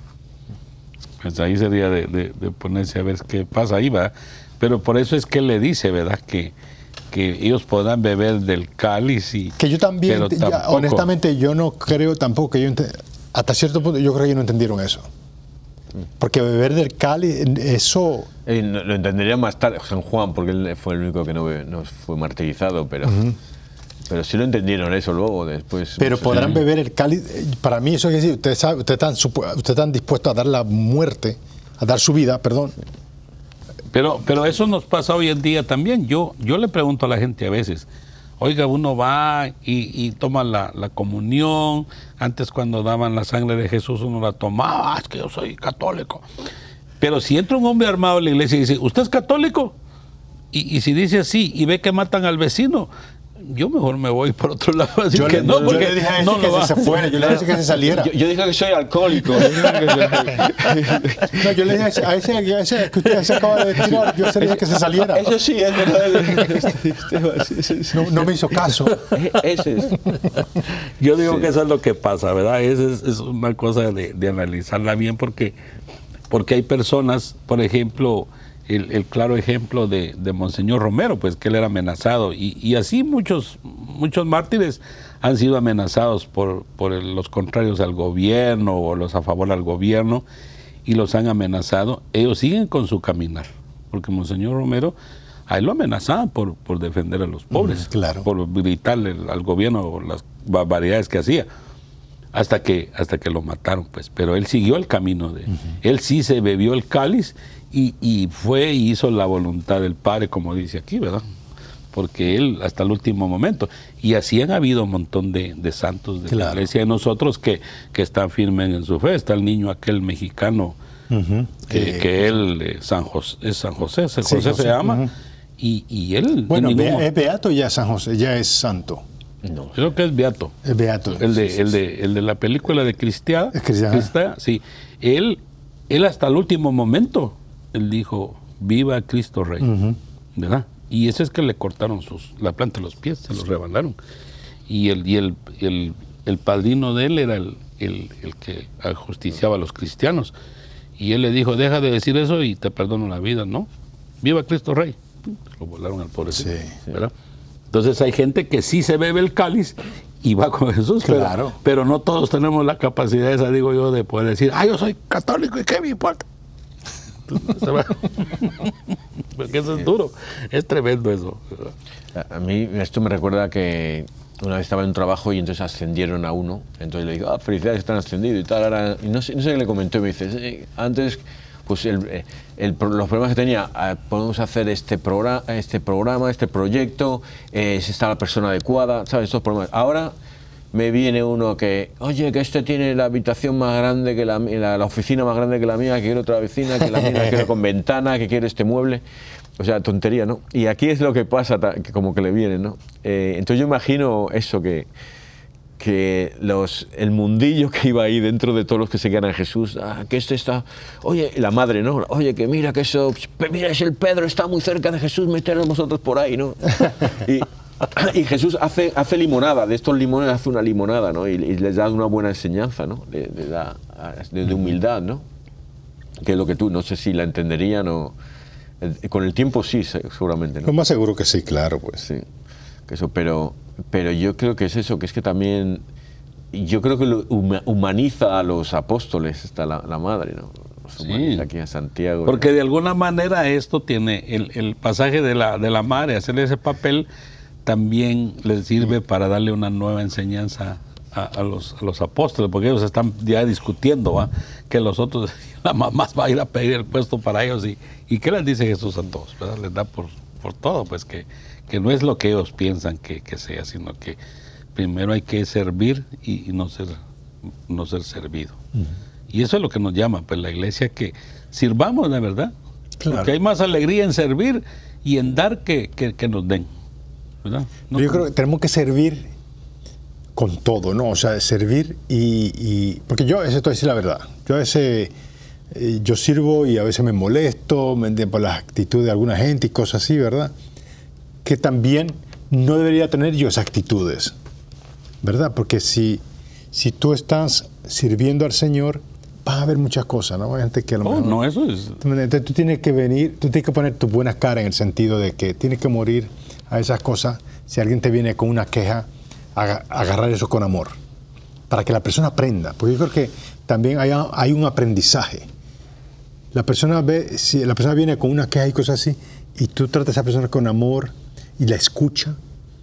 Pues ahí sería de, de, de ponerse a ver qué pasa ahí, va. Pero por eso es que él le dice, ¿verdad? Que, que ellos podrán beber del cáliz y... Que yo también, ya, tampoco... honestamente, yo no creo tampoco que yo... Ent- Hasta cierto punto yo creo que ellos no entendieron eso. Porque beber del cáliz, eso... Eh, no, lo entendería más tarde San Juan, porque él fue el único que no, no fue martirizado, pero, uh-huh. pero sí lo entendieron eso luego, después... Pero pues, podrán eh. beber el cáliz. Para mí eso es decir, ustedes, saben, ustedes, están, ustedes están dispuestos a dar la muerte, a dar su vida, perdón. Pero, pero eso nos pasa hoy en día también. Yo, yo le pregunto a la gente a veces... Oiga, uno va y, y toma la, la comunión. Antes cuando daban la sangre de Jesús uno la tomaba. Ah, es que yo soy católico. Pero si entra un hombre armado a la iglesia y dice, ¿usted es católico? Y, y si dice así y ve que matan al vecino, yo mejor me voy por otro lado. Así yo, que le, no, yo le dije a ese no que se, se fuera, yo le dije que se saliera. Yo, yo dije que soy alcohólico. No, yo le dije a ese, a ese, a ese que usted se acaba de tirar, yo le dije que se saliera. Eso sí, es verdad. No, no me hizo caso. Ese es. Yo digo sí. que eso es lo que pasa, ¿verdad? Esa es, es una cosa de, de analizarla bien porque, porque hay personas, por ejemplo... El, el claro ejemplo de, de Monseñor Romero, pues que él era amenazado y, y así muchos muchos mártires han sido amenazados por, por el, los contrarios al gobierno o los a favor al gobierno y los han amenazado. Ellos siguen con su caminar, porque Monseñor Romero a él lo amenazaban por, por defender a los pobres, mm, claro. por gritarle al gobierno las barbaridades que hacía. hasta que, hasta que lo mataron, pues. Pero él siguió el camino de... Uh-huh. Él sí se bebió el cáliz y, y fue y hizo la voluntad del Padre, como dice aquí, ¿verdad? Porque él hasta el último momento. Y así han habido un montón de, de santos de claro. la iglesia de nosotros que, que están firmes en su fe. Está el niño aquel mexicano, uh-huh. que, eh, que él, eh, San José, es San José, San José, sí, José se llama, uh-huh. y, y él... Bueno, ningún... ¿es beato ya San José? ¿Ya es santo? No, creo que es beato. Es beato. El de, sí, sí, el de, el de la película de Cristiana. Cristiana. Sí. Él, él hasta el último momento, él dijo, viva Cristo Rey, uh-huh. ¿verdad? Y ese es que le cortaron sus, la planta de los pies, se los rebanaron. Y el, y el, el, el padrino de él era el, el, el que ajusticiaba a los cristianos. Y él le dijo, deja de decir eso y te perdono la vida, ¿no? Viva Cristo Rey. Lo volaron al pobrecito, sí, ¿verdad? Entonces hay gente que sí se bebe el cáliz y va con Jesús, claro. pero, pero no todos tenemos la capacidad esa, digo yo, de poder decir, ah, yo soy católico y qué me importa. Porque eso es duro, es tremendo eso. A, a mí esto me recuerda que una vez estaba en un trabajo y entonces ascendieron a uno, entonces le digo, ah, felicidades, están ascendidos y tal, ahora, y no sé, no sé qué le comentó, y me dice, sí, antes, pues el, el, los problemas que tenía, eh, podemos hacer este, programa, este programa, este proyecto, eh, si está la persona adecuada, ¿sabes? Estos problemas. Ahora me viene uno que, oye, que este tiene la habitación más grande que la, la, la oficina más grande que la mía, que quiere otra vecina, que la mía que quiere con ventana, que quiere este mueble. O sea, tontería, ¿no? Y aquí es lo que pasa, que como que le viene, ¿no? Eh, entonces yo imagino eso, que, que los, el mundillo que iba ahí dentro de todos los que seguían a Jesús, ah, que este está, oye, la madre, ¿no? Oye, que mira que eso, mira, es el Pedro, está muy cerca de Jesús, meteros vosotros por ahí, ¿no? Y, y Jesús hace, hace limonada, de estos limones hace una limonada, ¿no? Y, y les da una buena enseñanza, ¿no? Le, le da de, de humildad, ¿no? Que es lo que tú, no sé si la entenderían o... Con el tiempo sí, seguramente, ¿no? Lo más seguro que sí, claro, pues. Sí, que eso, pero, pero yo creo que es eso, que es que también... Yo creo que lo humaniza a los apóstoles, está la, la madre, ¿no? Los humaniza sí. Aquí a Santiago. Porque ¿no? De alguna manera esto tiene, el, el pasaje de la, de la madre, hacerle ese papel, también les sirve para darle una nueva enseñanza a, a, los, a los apóstoles, porque ellos están ya discutiendo, ¿va? Que los otros, la mamá va a ir a pedir el puesto para ellos. ¿Y, y qué les dice Jesús a todos? ¿Verdad? Les da por, por todo, pues que, que no es lo que ellos piensan que, que sea, sino que primero hay que servir y, y no ser, no ser servido. Uh-huh. Y eso es lo que nos llama, pues la iglesia, que sirvamos, la verdad. Claro. Porque hay más alegría en servir y en dar que, que, que nos den. ¿Verdad? No, yo creo que tenemos que servir con todo, ¿no? O sea, servir y... y porque yo, eso te voy a decir la verdad, yo a veces, eh, yo sirvo y a veces me molesto me, por las actitudes de alguna gente y cosas así, ¿verdad? Que también no debería tener yo esas actitudes, ¿verdad? Porque si, si tú estás sirviendo al Señor, vas a ver muchas cosas, ¿no? Hay gente que a lo mejor... Oh, no, eso es... Entonces tú tienes que venir, tú tienes que poner tu buena cara en el sentido de que tienes que morir a esas cosas. Si alguien te viene con una queja, agarrar eso con amor, para que la persona aprenda, porque yo creo que también hay, hay un aprendizaje. La persona ve, si la persona viene con una queja y cosas así, y tú tratas a esa persona con amor y la escucha,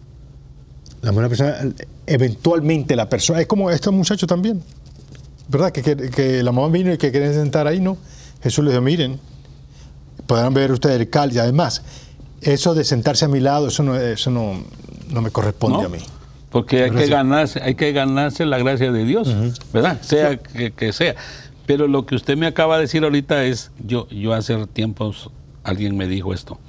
la buena persona, eventualmente la persona, es como estos muchachos también, ¿verdad? Que, que, que la mamá vino y que querían sentar ahí, ¿no? Jesús les dijo, miren, podrán ver ustedes el cáliz, además, eso de sentarse a mi lado, eso no, eso no, no me corresponde ¿No? a mí. Porque hay que, ganarse, hay que ganarse la gracia de Dios, uh-huh. ¿verdad? Sea sí. que, que sea. Pero lo que usted me acaba de decir ahorita es, yo, yo hace tiempos alguien me dijo esto.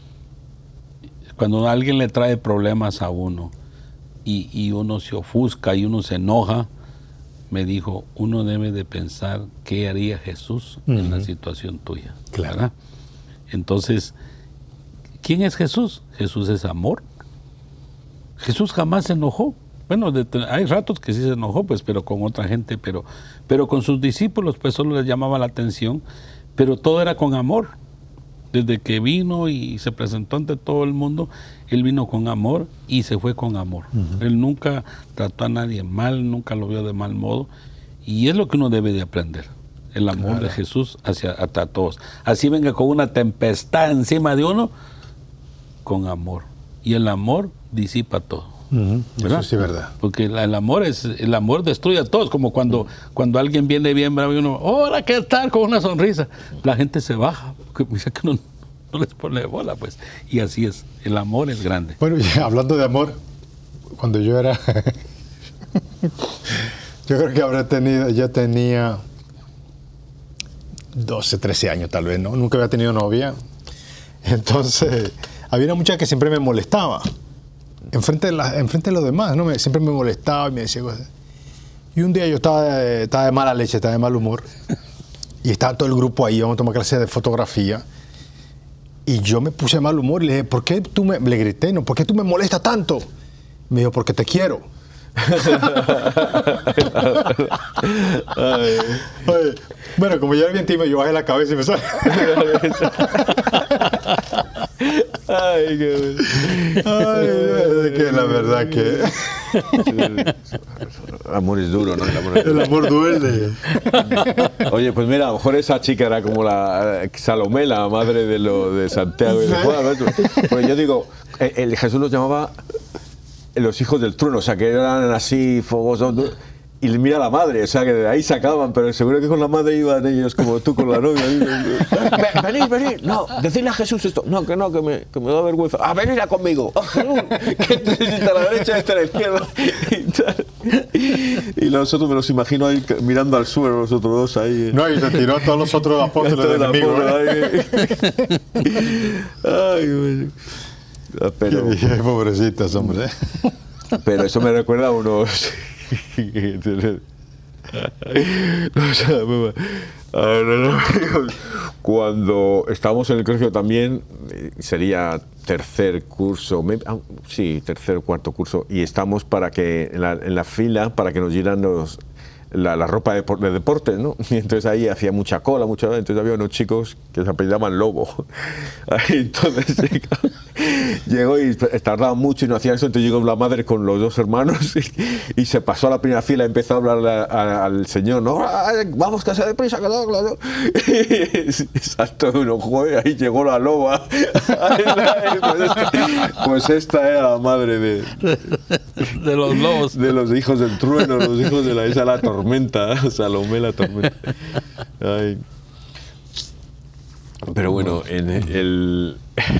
Cuando alguien le trae problemas a uno y, y uno se ofusca y uno se enoja, me dijo, uno debe de pensar qué haría Jesús uh-huh. en la situación tuya. Claro. ¿verdad? Entonces, ¿quién es Jesús? Jesús es amor. Jesús jamás se enojó. Bueno, de, hay ratos que sí se enojó, pues, pero con otra gente, pero, pero con sus discípulos, pues, solo les llamaba la atención, pero todo era con amor. Desde que vino y se presentó ante todo el mundo, él vino con amor y se fue con amor. Uh-huh. Él nunca trató a nadie mal, nunca lo vio de mal modo, y es lo que uno debe de aprender, el amor claro. de Jesús hacia, hacia todos. Así venga con una tempestad encima de uno, con amor. Y el amor disipa todo. Uh-huh. Eso sí es verdad. Porque la, el amor es el amor destruye a todos, como cuando, cuando alguien viene bien bravo y uno, hola, ¿qué tal? Con una sonrisa. La gente se baja, porque dice que no, no les pone bola, pues. Y así es, el amor es grande. Bueno, y hablando de amor, cuando yo era... yo creo que habré tenido, ya tenía doce, trece años tal vez, ¿no? Nunca había tenido novia. Entonces, había una muchacha que siempre me molestaba. Enfrente de, la, enfrente de los demás, ¿no? Me, siempre me molestaba y me decía cosas. Y un día yo estaba de, estaba de mala leche, estaba de mal humor. Y estaba todo el grupo ahí, vamos a tomar clases de fotografía. Y yo me puse de mal humor y le dije, ¿por qué tú me... Le grité, ¿no? ¿Por qué tú me molestas tanto? Me dijo, porque te quiero. Ay. Oye, bueno, como ya era bien tímido, yo bajé la cabeza y me salí. Ay, qué bueno. Ay, es que la verdad que... El amor es duro, ¿no? El amor, es el amor duele. Oye, pues mira, a lo mejor esa chica era como la Salomé, la madre de, lo, de Santiago y de Juan. Pues yo digo, el, el Jesús los llamaba los hijos del trueno, o sea, que eran así fogosos. Y mira a la madre, o sea, que de ahí sacaban, pero seguro que con la madre iban ellos como tú con la novia. Venid, venid, no, decidle a Jesús esto. No, que no, que me, que me da vergüenza. Ah, venid a conmigo. Oh, Jesús, que este está a la derecha, este a la izquierda. Y, y nosotros me los imagino ahí mirando al suelo, los otros dos ahí. No, y se tiró a todos los otros apóstoles del enemigo. Ay, güey. Pero, qué pobrecitas, hombre. Pero eso me recuerda a unos... Cuando estábamos en el colegio también, sería tercer curso, sí, tercer o cuarto curso, y estamos para que en la, en la fila para que nos dieran los, la, la ropa de, de deporte, ¿no? Y entonces ahí hacía mucha cola, mucha, entonces había unos chicos que se apellidaban Lobo. Ahí, entonces llegó y tardaba mucho y no hacía eso, entonces llegó la madre con los dos hermanos y, y se pasó a la primera fila y empezó a hablarle a, a, al señor, no, vamos, que se deprisa, que no, claro. Y saltó de un ojo y ahí llegó la loba. Pues esta era la madre de, de los lobos, de los hijos del trueno, los hijos de la, esa la tormenta, Salomé la tormenta. Ay. Pero bueno, en el...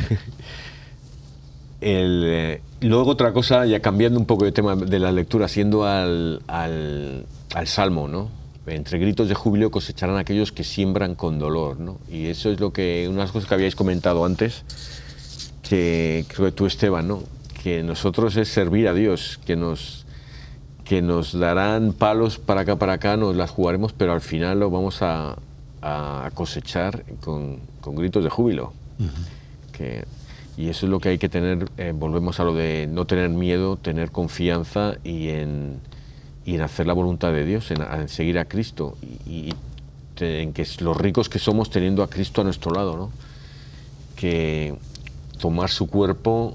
El, eh, luego otra cosa, ya cambiando un poco de tema de la lectura, siendo al, al, al Salmo, ¿no? Entre gritos de júbilo cosecharán aquellos que siembran con dolor, ¿no? Y eso es lo que, unas cosas que habíais comentado antes, que creo que tú, Esteban, ¿no? Que nosotros es servir a Dios, que nos, que nos darán palos para acá, para acá, nos las jugaremos, pero al final lo vamos a, a cosechar con, con gritos de júbilo. Uh-huh. Que... Y eso es lo que hay que tener, eh, volvemos a lo de no tener miedo, tener confianza y en, y en hacer la voluntad de Dios, en, en seguir a Cristo y, y te, en que los ricos que somos teniendo a Cristo a nuestro lado, ¿no? Que tomar su cuerpo,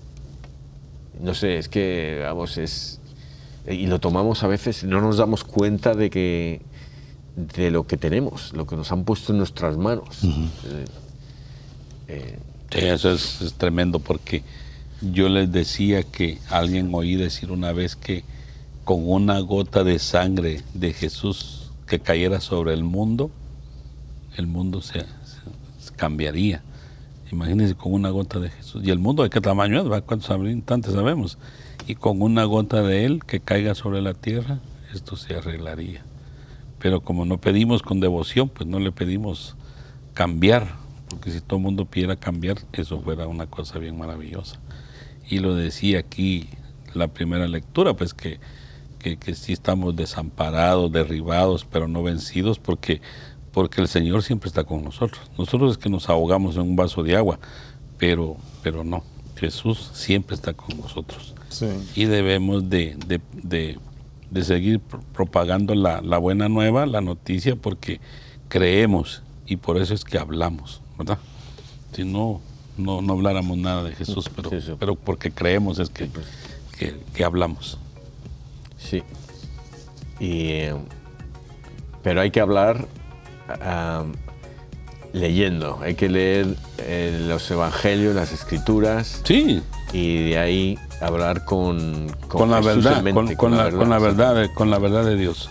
no sé, es que, vamos, es... Y lo tomamos a veces, no nos damos cuenta de que de lo que tenemos, lo que nos han puesto en nuestras manos. Uh-huh. eh, eh, Sí, eso es, es tremendo, porque yo les decía que alguien oí decir una vez que con una gota de sangre de Jesús que cayera sobre el mundo, el mundo se, se cambiaría. Imagínense con una gota de Jesús. Y el mundo, ¿de qué tamaño es? ¿Cuántos habitantes sabemos? Y con una gota de Él que caiga sobre la tierra, esto se arreglaría. Pero como no pedimos con devoción, pues no le pedimos cambiar. Porque si todo el mundo pidiera cambiar, eso fuera una cosa bien maravillosa. Y lo decía aquí la primera lectura, pues que, que, que sí estamos desamparados, derribados, pero no vencidos, porque, porque el Señor siempre está con nosotros. Nosotros es que nos ahogamos en un vaso de agua, pero, pero no, Jesús siempre está con nosotros. Sí. Y debemos de, de, de, de seguir propagando la, la buena nueva, la noticia, porque creemos y por eso es que hablamos, ¿verdad? Si no, no, no habláramos nada de Jesús, pero, sí, sí. pero porque creemos es que, que, que hablamos. Sí. Y, eh, pero hay que hablar uh, leyendo, hay que leer eh, los evangelios, las escrituras. Sí. y de ahí hablar con, con, con la Jesús verdad, en mente, con, con con la la, verdad. con la verdad, de, con la verdad de Dios.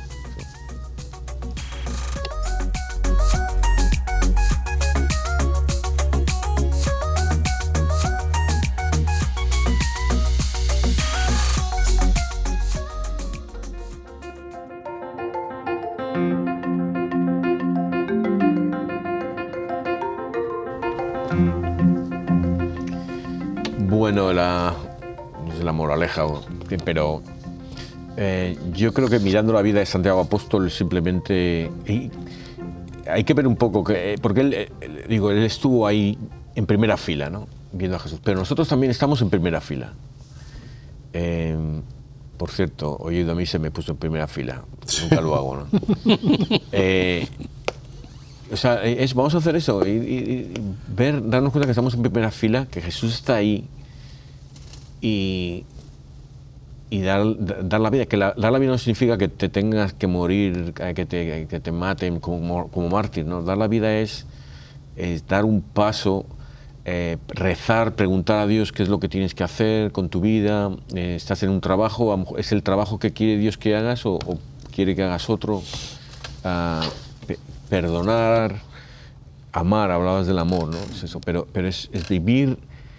Bueno, la, no sé la moraleja, pero eh, yo creo que mirando la vida de Santiago Apóstol simplemente y hay que ver un poco, que, porque él, él, digo, él estuvo ahí en primera fila, ¿no? Viendo a Jesús, pero nosotros también estamos en primera fila. Eh, por cierto, hoy a mí se me puso en primera fila, nunca lo hago, ¿no? Eh, o sea, es, vamos a hacer eso, y, y, y ver, darnos cuenta que estamos en primera fila, que Jesús está ahí, y, y dar, dar la vida, que la, dar la vida no significa que te tengas que morir, que te, que te maten como, como mártir, ¿no? Dar la vida es, es dar un paso, eh, rezar, preguntar a Dios qué es lo que tienes que hacer con tu vida, eh, estás en un trabajo, es el trabajo que quiere Dios que hagas o, o quiere que hagas otro, uh, pe perdonar, amar, hablabas del amor, ¿no? Es eso, pero, pero es, es vivir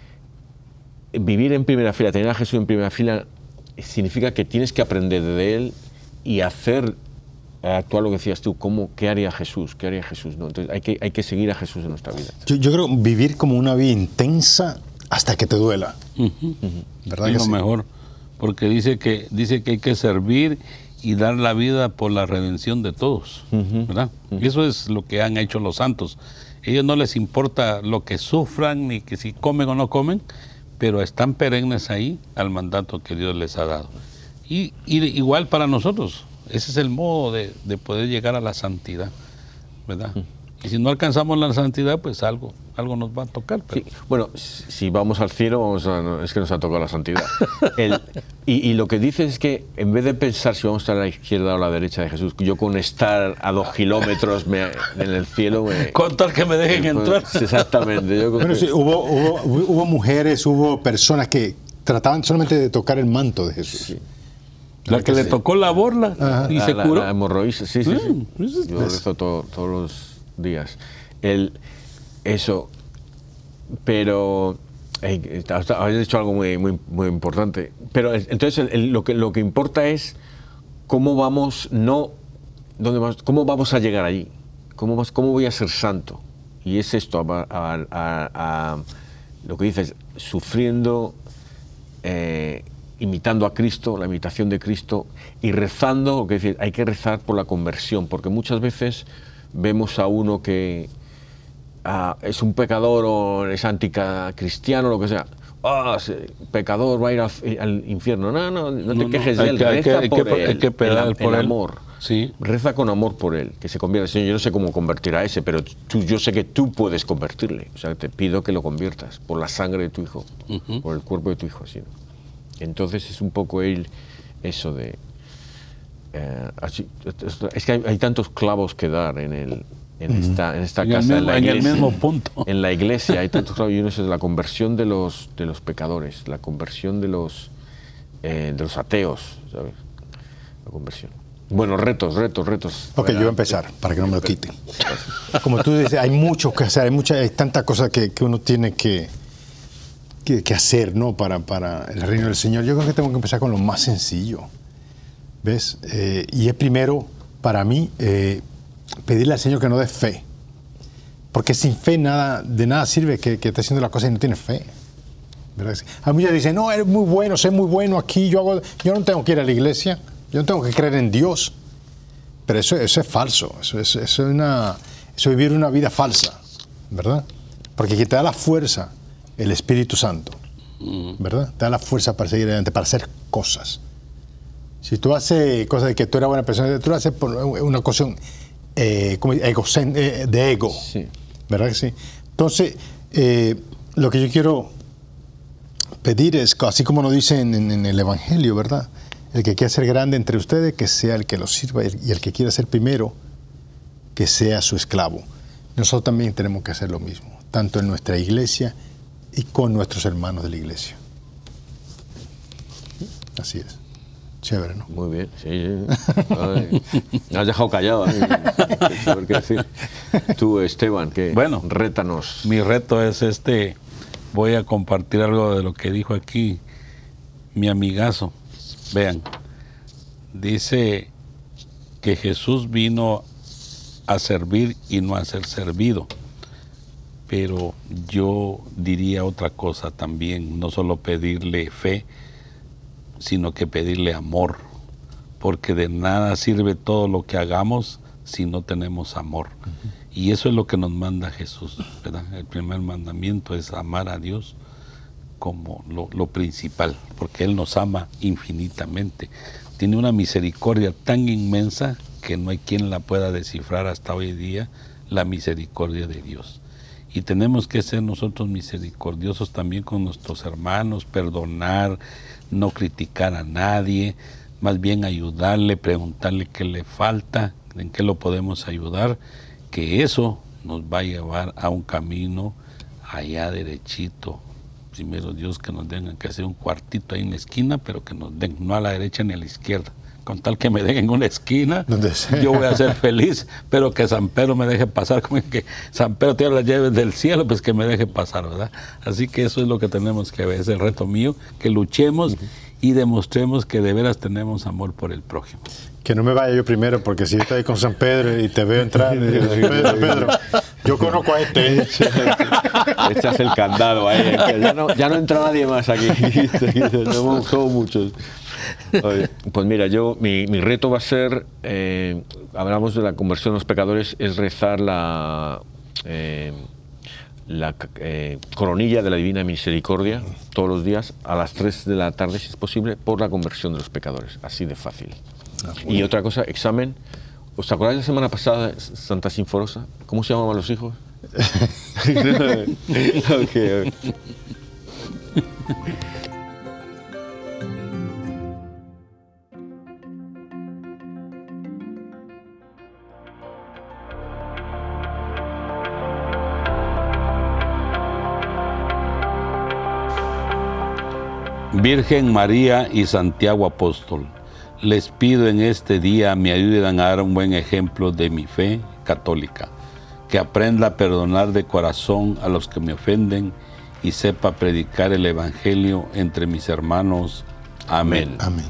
Vivir en primera fila, tener a Jesús en primera fila, significa que tienes que aprender de Él y hacer, actuar lo que decías tú, cómo, ¿qué haría Jesús? ¿Qué haría Jesús? ¿No? Entonces hay que, hay que seguir a Jesús en nuestra vida. Yo, yo creo vivir como una vida intensa hasta que te duela. Uh-huh. Uh-huh. ¿Verdad es que lo sí? Mejor, porque dice que, dice que hay que servir y dar la vida por la redención de todos, uh-huh. ¿verdad? Uh-huh. Y eso es lo que han hecho los santos. A ellos no les importa lo que sufran, ni que si comen o no comen, pero están perennes ahí al mandato que Dios les ha dado. Y, y igual para nosotros, ese es el modo de, de poder llegar a la santidad, ¿verdad? Mm. Y si no alcanzamos la santidad, pues algo, algo nos va a tocar. Pero... Sí. Bueno, si vamos al cielo, vamos a, no, es que nos ha tocado la santidad. el, y, y lo que dice es que en vez de pensar si vamos a estar a la izquierda o a la derecha de Jesús, yo con estar a dos kilómetros me, en el cielo... Me, con tal que me dejen me, entrar. Exactamente. Yo bueno, sí, hubo, hubo, hubo mujeres, hubo personas que trataban solamente de tocar el manto de Jesús. Sí. La que, que le sí. tocó la borla Ajá. y la, se la, curó. La hemorroides, sí, sí, sí. Mm, yo rezo todo, todos los días. El, eso, pero eh, habéis dicho algo muy, muy, muy importante. Pero entonces el, el, lo, que, lo que importa es cómo vamos, no, dónde vamos, cómo vamos a llegar allí, cómo, vas, cómo voy a ser santo. Y es esto, a, a, a, a lo que dices, sufriendo, eh, imitando a Cristo, la imitación de Cristo, y rezando, lo que decir, hay que rezar por la conversión, porque muchas veces vemos a uno que ah, es un pecador o es anticristiano, lo que sea. Ah, oh, pecador va a ir al, al infierno. No, no, no te no, quejes no, de él, que, reza hay por que, él, hay que pedar el, por el él. amor. Sí. Reza con amor por él, que se convierta. Señor, yo no sé cómo convertir a ese, pero tú, yo sé que tú puedes convertirle. O sea, te pido que lo conviertas por la sangre de tu hijo, uh-huh. por el cuerpo de tu hijo. ¿Sí? Entonces es un poco él, eso de... Eh, así, es que hay, hay tantos clavos que dar en, el, en, uh-huh. esta, en esta en casa, mismo, en la iglesia. En el mismo punto. En la iglesia hay tantos clavos, y uno es la conversión de los, de los pecadores, la conversión de los, eh, de los ateos, ¿sabes? La conversión. Bueno, retos, retos, retos. Ok, yo voy a empezar, para que no me lo quiten. Como tú dices, hay mucho que hacer, hay, mucha, hay tanta cosa que, que uno tiene que, que, que hacer, ¿no? Para, para el reino del Señor. Yo creo que tengo que empezar con lo más sencillo. ¿Ves? Eh, y es primero, para mí, eh, pedirle al Señor que no dé fe. Porque sin fe nada, de nada sirve que, que esté haciendo las cosas y no tiene fe. ¿Verdad? A mí ya dicen, no, eres muy bueno, soy muy bueno aquí, yo, hago, yo no tengo que ir a la iglesia, yo no tengo que creer en Dios. Pero eso, eso es falso, eso, eso, eso, es una, eso es vivir una vida falsa, ¿verdad? Porque quien te da la fuerza, el Espíritu Santo, ¿verdad? Te da la fuerza para seguir adelante, para hacer cosas. Si tú haces cosas de que tú eres buena persona, tú lo haces por una cuestión eh, como ego, de ego, sí. ¿Verdad que sí? Entonces, eh, lo que yo quiero pedir es, así como nos dice en, en el Evangelio, ¿verdad? El que quiera ser grande entre ustedes, que sea el que los sirva, y el que quiera ser primero, que sea su esclavo. Nosotros también tenemos que hacer lo mismo, tanto en nuestra iglesia y con nuestros hermanos de la iglesia. Así es. Chévere, ¿no? Muy bien, sí, sí. Ay, me has dejado callado. ¿eh? Saber qué decir. Tú, Esteban, que bueno, rétanos. Mi reto es este, voy a compartir algo de lo que dijo aquí mi amigazo. Vean, dice que Jesús vino a servir y no a ser servido. Pero yo diría otra cosa también, no solo pedirle fe, sino que pedirle amor, porque de nada sirve todo lo que hagamos si no tenemos amor. Uh-huh. Y eso es lo que nos manda Jesús, ¿verdad? El primer mandamiento es amar a Dios como lo, lo principal, porque Él nos ama infinitamente. Tiene una misericordia tan inmensa que no hay quien la pueda descifrar hasta hoy día, la misericordia de Dios. Y tenemos que ser nosotros misericordiosos también con nuestros hermanos, perdonar, no criticar a nadie, más bien ayudarle, preguntarle qué le falta, en qué lo podemos ayudar, que eso nos va a llevar a un camino allá derechito. Primero Dios que nos den, que sea un cuartito ahí en la esquina, pero que nos den, no a la derecha ni a la izquierda. Con tal que me den en una esquina, yo voy a ser feliz, pero que San Pedro me deje pasar, como que San Pedro tiene las llaves del cielo, pues que me deje pasar, ¿verdad? Así que eso es lo que tenemos que ver, es el reto mío, que luchemos uh-huh. y demostremos que de veras tenemos amor por el prójimo. Que no me vaya yo primero, porque si estoy con San Pedro y te veo entrar, y digo, Pedro, Pedro, yo conozco a este. Echas el candado ahí, ya no, ya no entra nadie más aquí, somos, somos muchos. Oye, pues mira, yo mi, mi reto va a ser, eh, hablamos de la conversión de los pecadores, es rezar la, eh, la eh, coronilla de la Divina Misericordia todos los días a las tres de la tarde, si es posible, por la conversión de los pecadores, así de fácil. Ah, y bien. Otra cosa, examen. ¿Os acordáis la semana pasada, Santa Sinforosa? ¿Cómo se llamaban los hijos? okay, okay. Virgen María y Santiago Apóstol, les pido en este día me ayuden a dar un buen ejemplo de mi fe católica, que aprenda a perdonar de corazón a los que me ofenden y sepa predicar el Evangelio entre mis hermanos. Amén. Amén.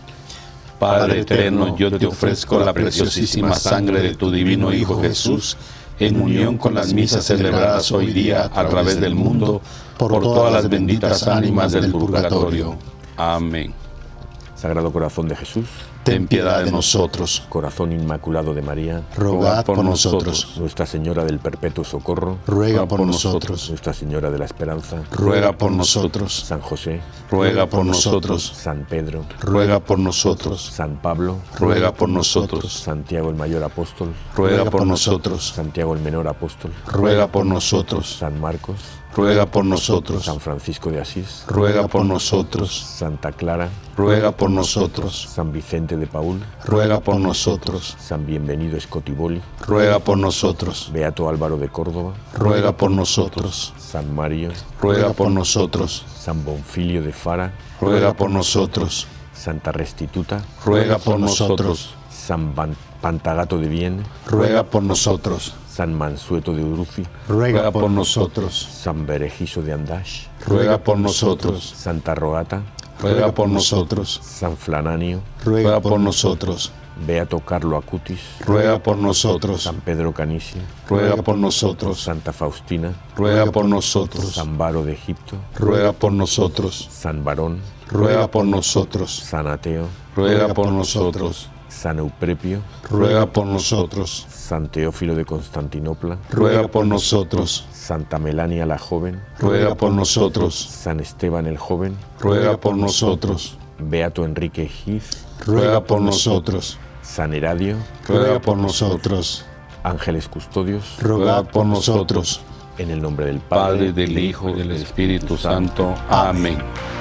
Padre eterno, yo te ofrezco la preciosísima sangre de tu divino Hijo Jesús, en unión con las misas celebradas hoy día a través del mundo, por todas las benditas ánimas del purgatorio. Amén. Sagrado Corazón de Jesús, ten piedad de nosotros. Corazón Inmaculado de María, rogad por nosotros. Nuestra Señora del Perpetuo Socorro, ruega por nosotros. Nuestra Señora de la Esperanza, ruega por nosotros. San José, ruega por nosotros. San Pedro, ruega por nosotros. San Pablo, ruega por nosotros. Santiago el Mayor Apóstol, ruega por nosotros. Santiago el Menor Apóstol, ruega por nosotros. San Marcos, ruega por nosotros. San Francisco de Asís, ruega por nosotros. Santa Clara, ruega por nosotros. San Vicente de Paúl, ruega por nosotros. San Bienvenido Scotiboli, ruega por nosotros. Beato Álvaro de Córdoba, ruega por nosotros. San Mario, ruega por nosotros. San Bonfilio de Fara, ruega por nosotros. Santa Restituta, ruega por nosotros. San Pantagato de Vienne, ruega por nosotros. San Mansueto de Uruzi, ruega por nosotros. San Berejizo de Andash, ruega por nosotros. Santa Rogata, ruega por nosotros. San Flananio, ruega por nosotros. Beato Carlo Acutis, ruega por nosotros. San Pedro Canisi, ruega por nosotros. Santa Faustina, ruega por nosotros. San Varo de Egipto, ruega por nosotros. San Varón, ruega por nosotros. San Ateo, ruega por nosotros. San Euprepio, ruega por nosotros. San Teófilo de Constantinopla, ruega por nosotros. Santa Melania la Joven, ruega por nosotros. San Esteban el Joven, ruega por nosotros. Beato Enrique Giz, ruega por nosotros. San Heradio, ruega por nosotros. Ángeles Custodios, ruega por nosotros. En el nombre del Padre, Padre, del Hijo y del Espíritu Santo. Amén.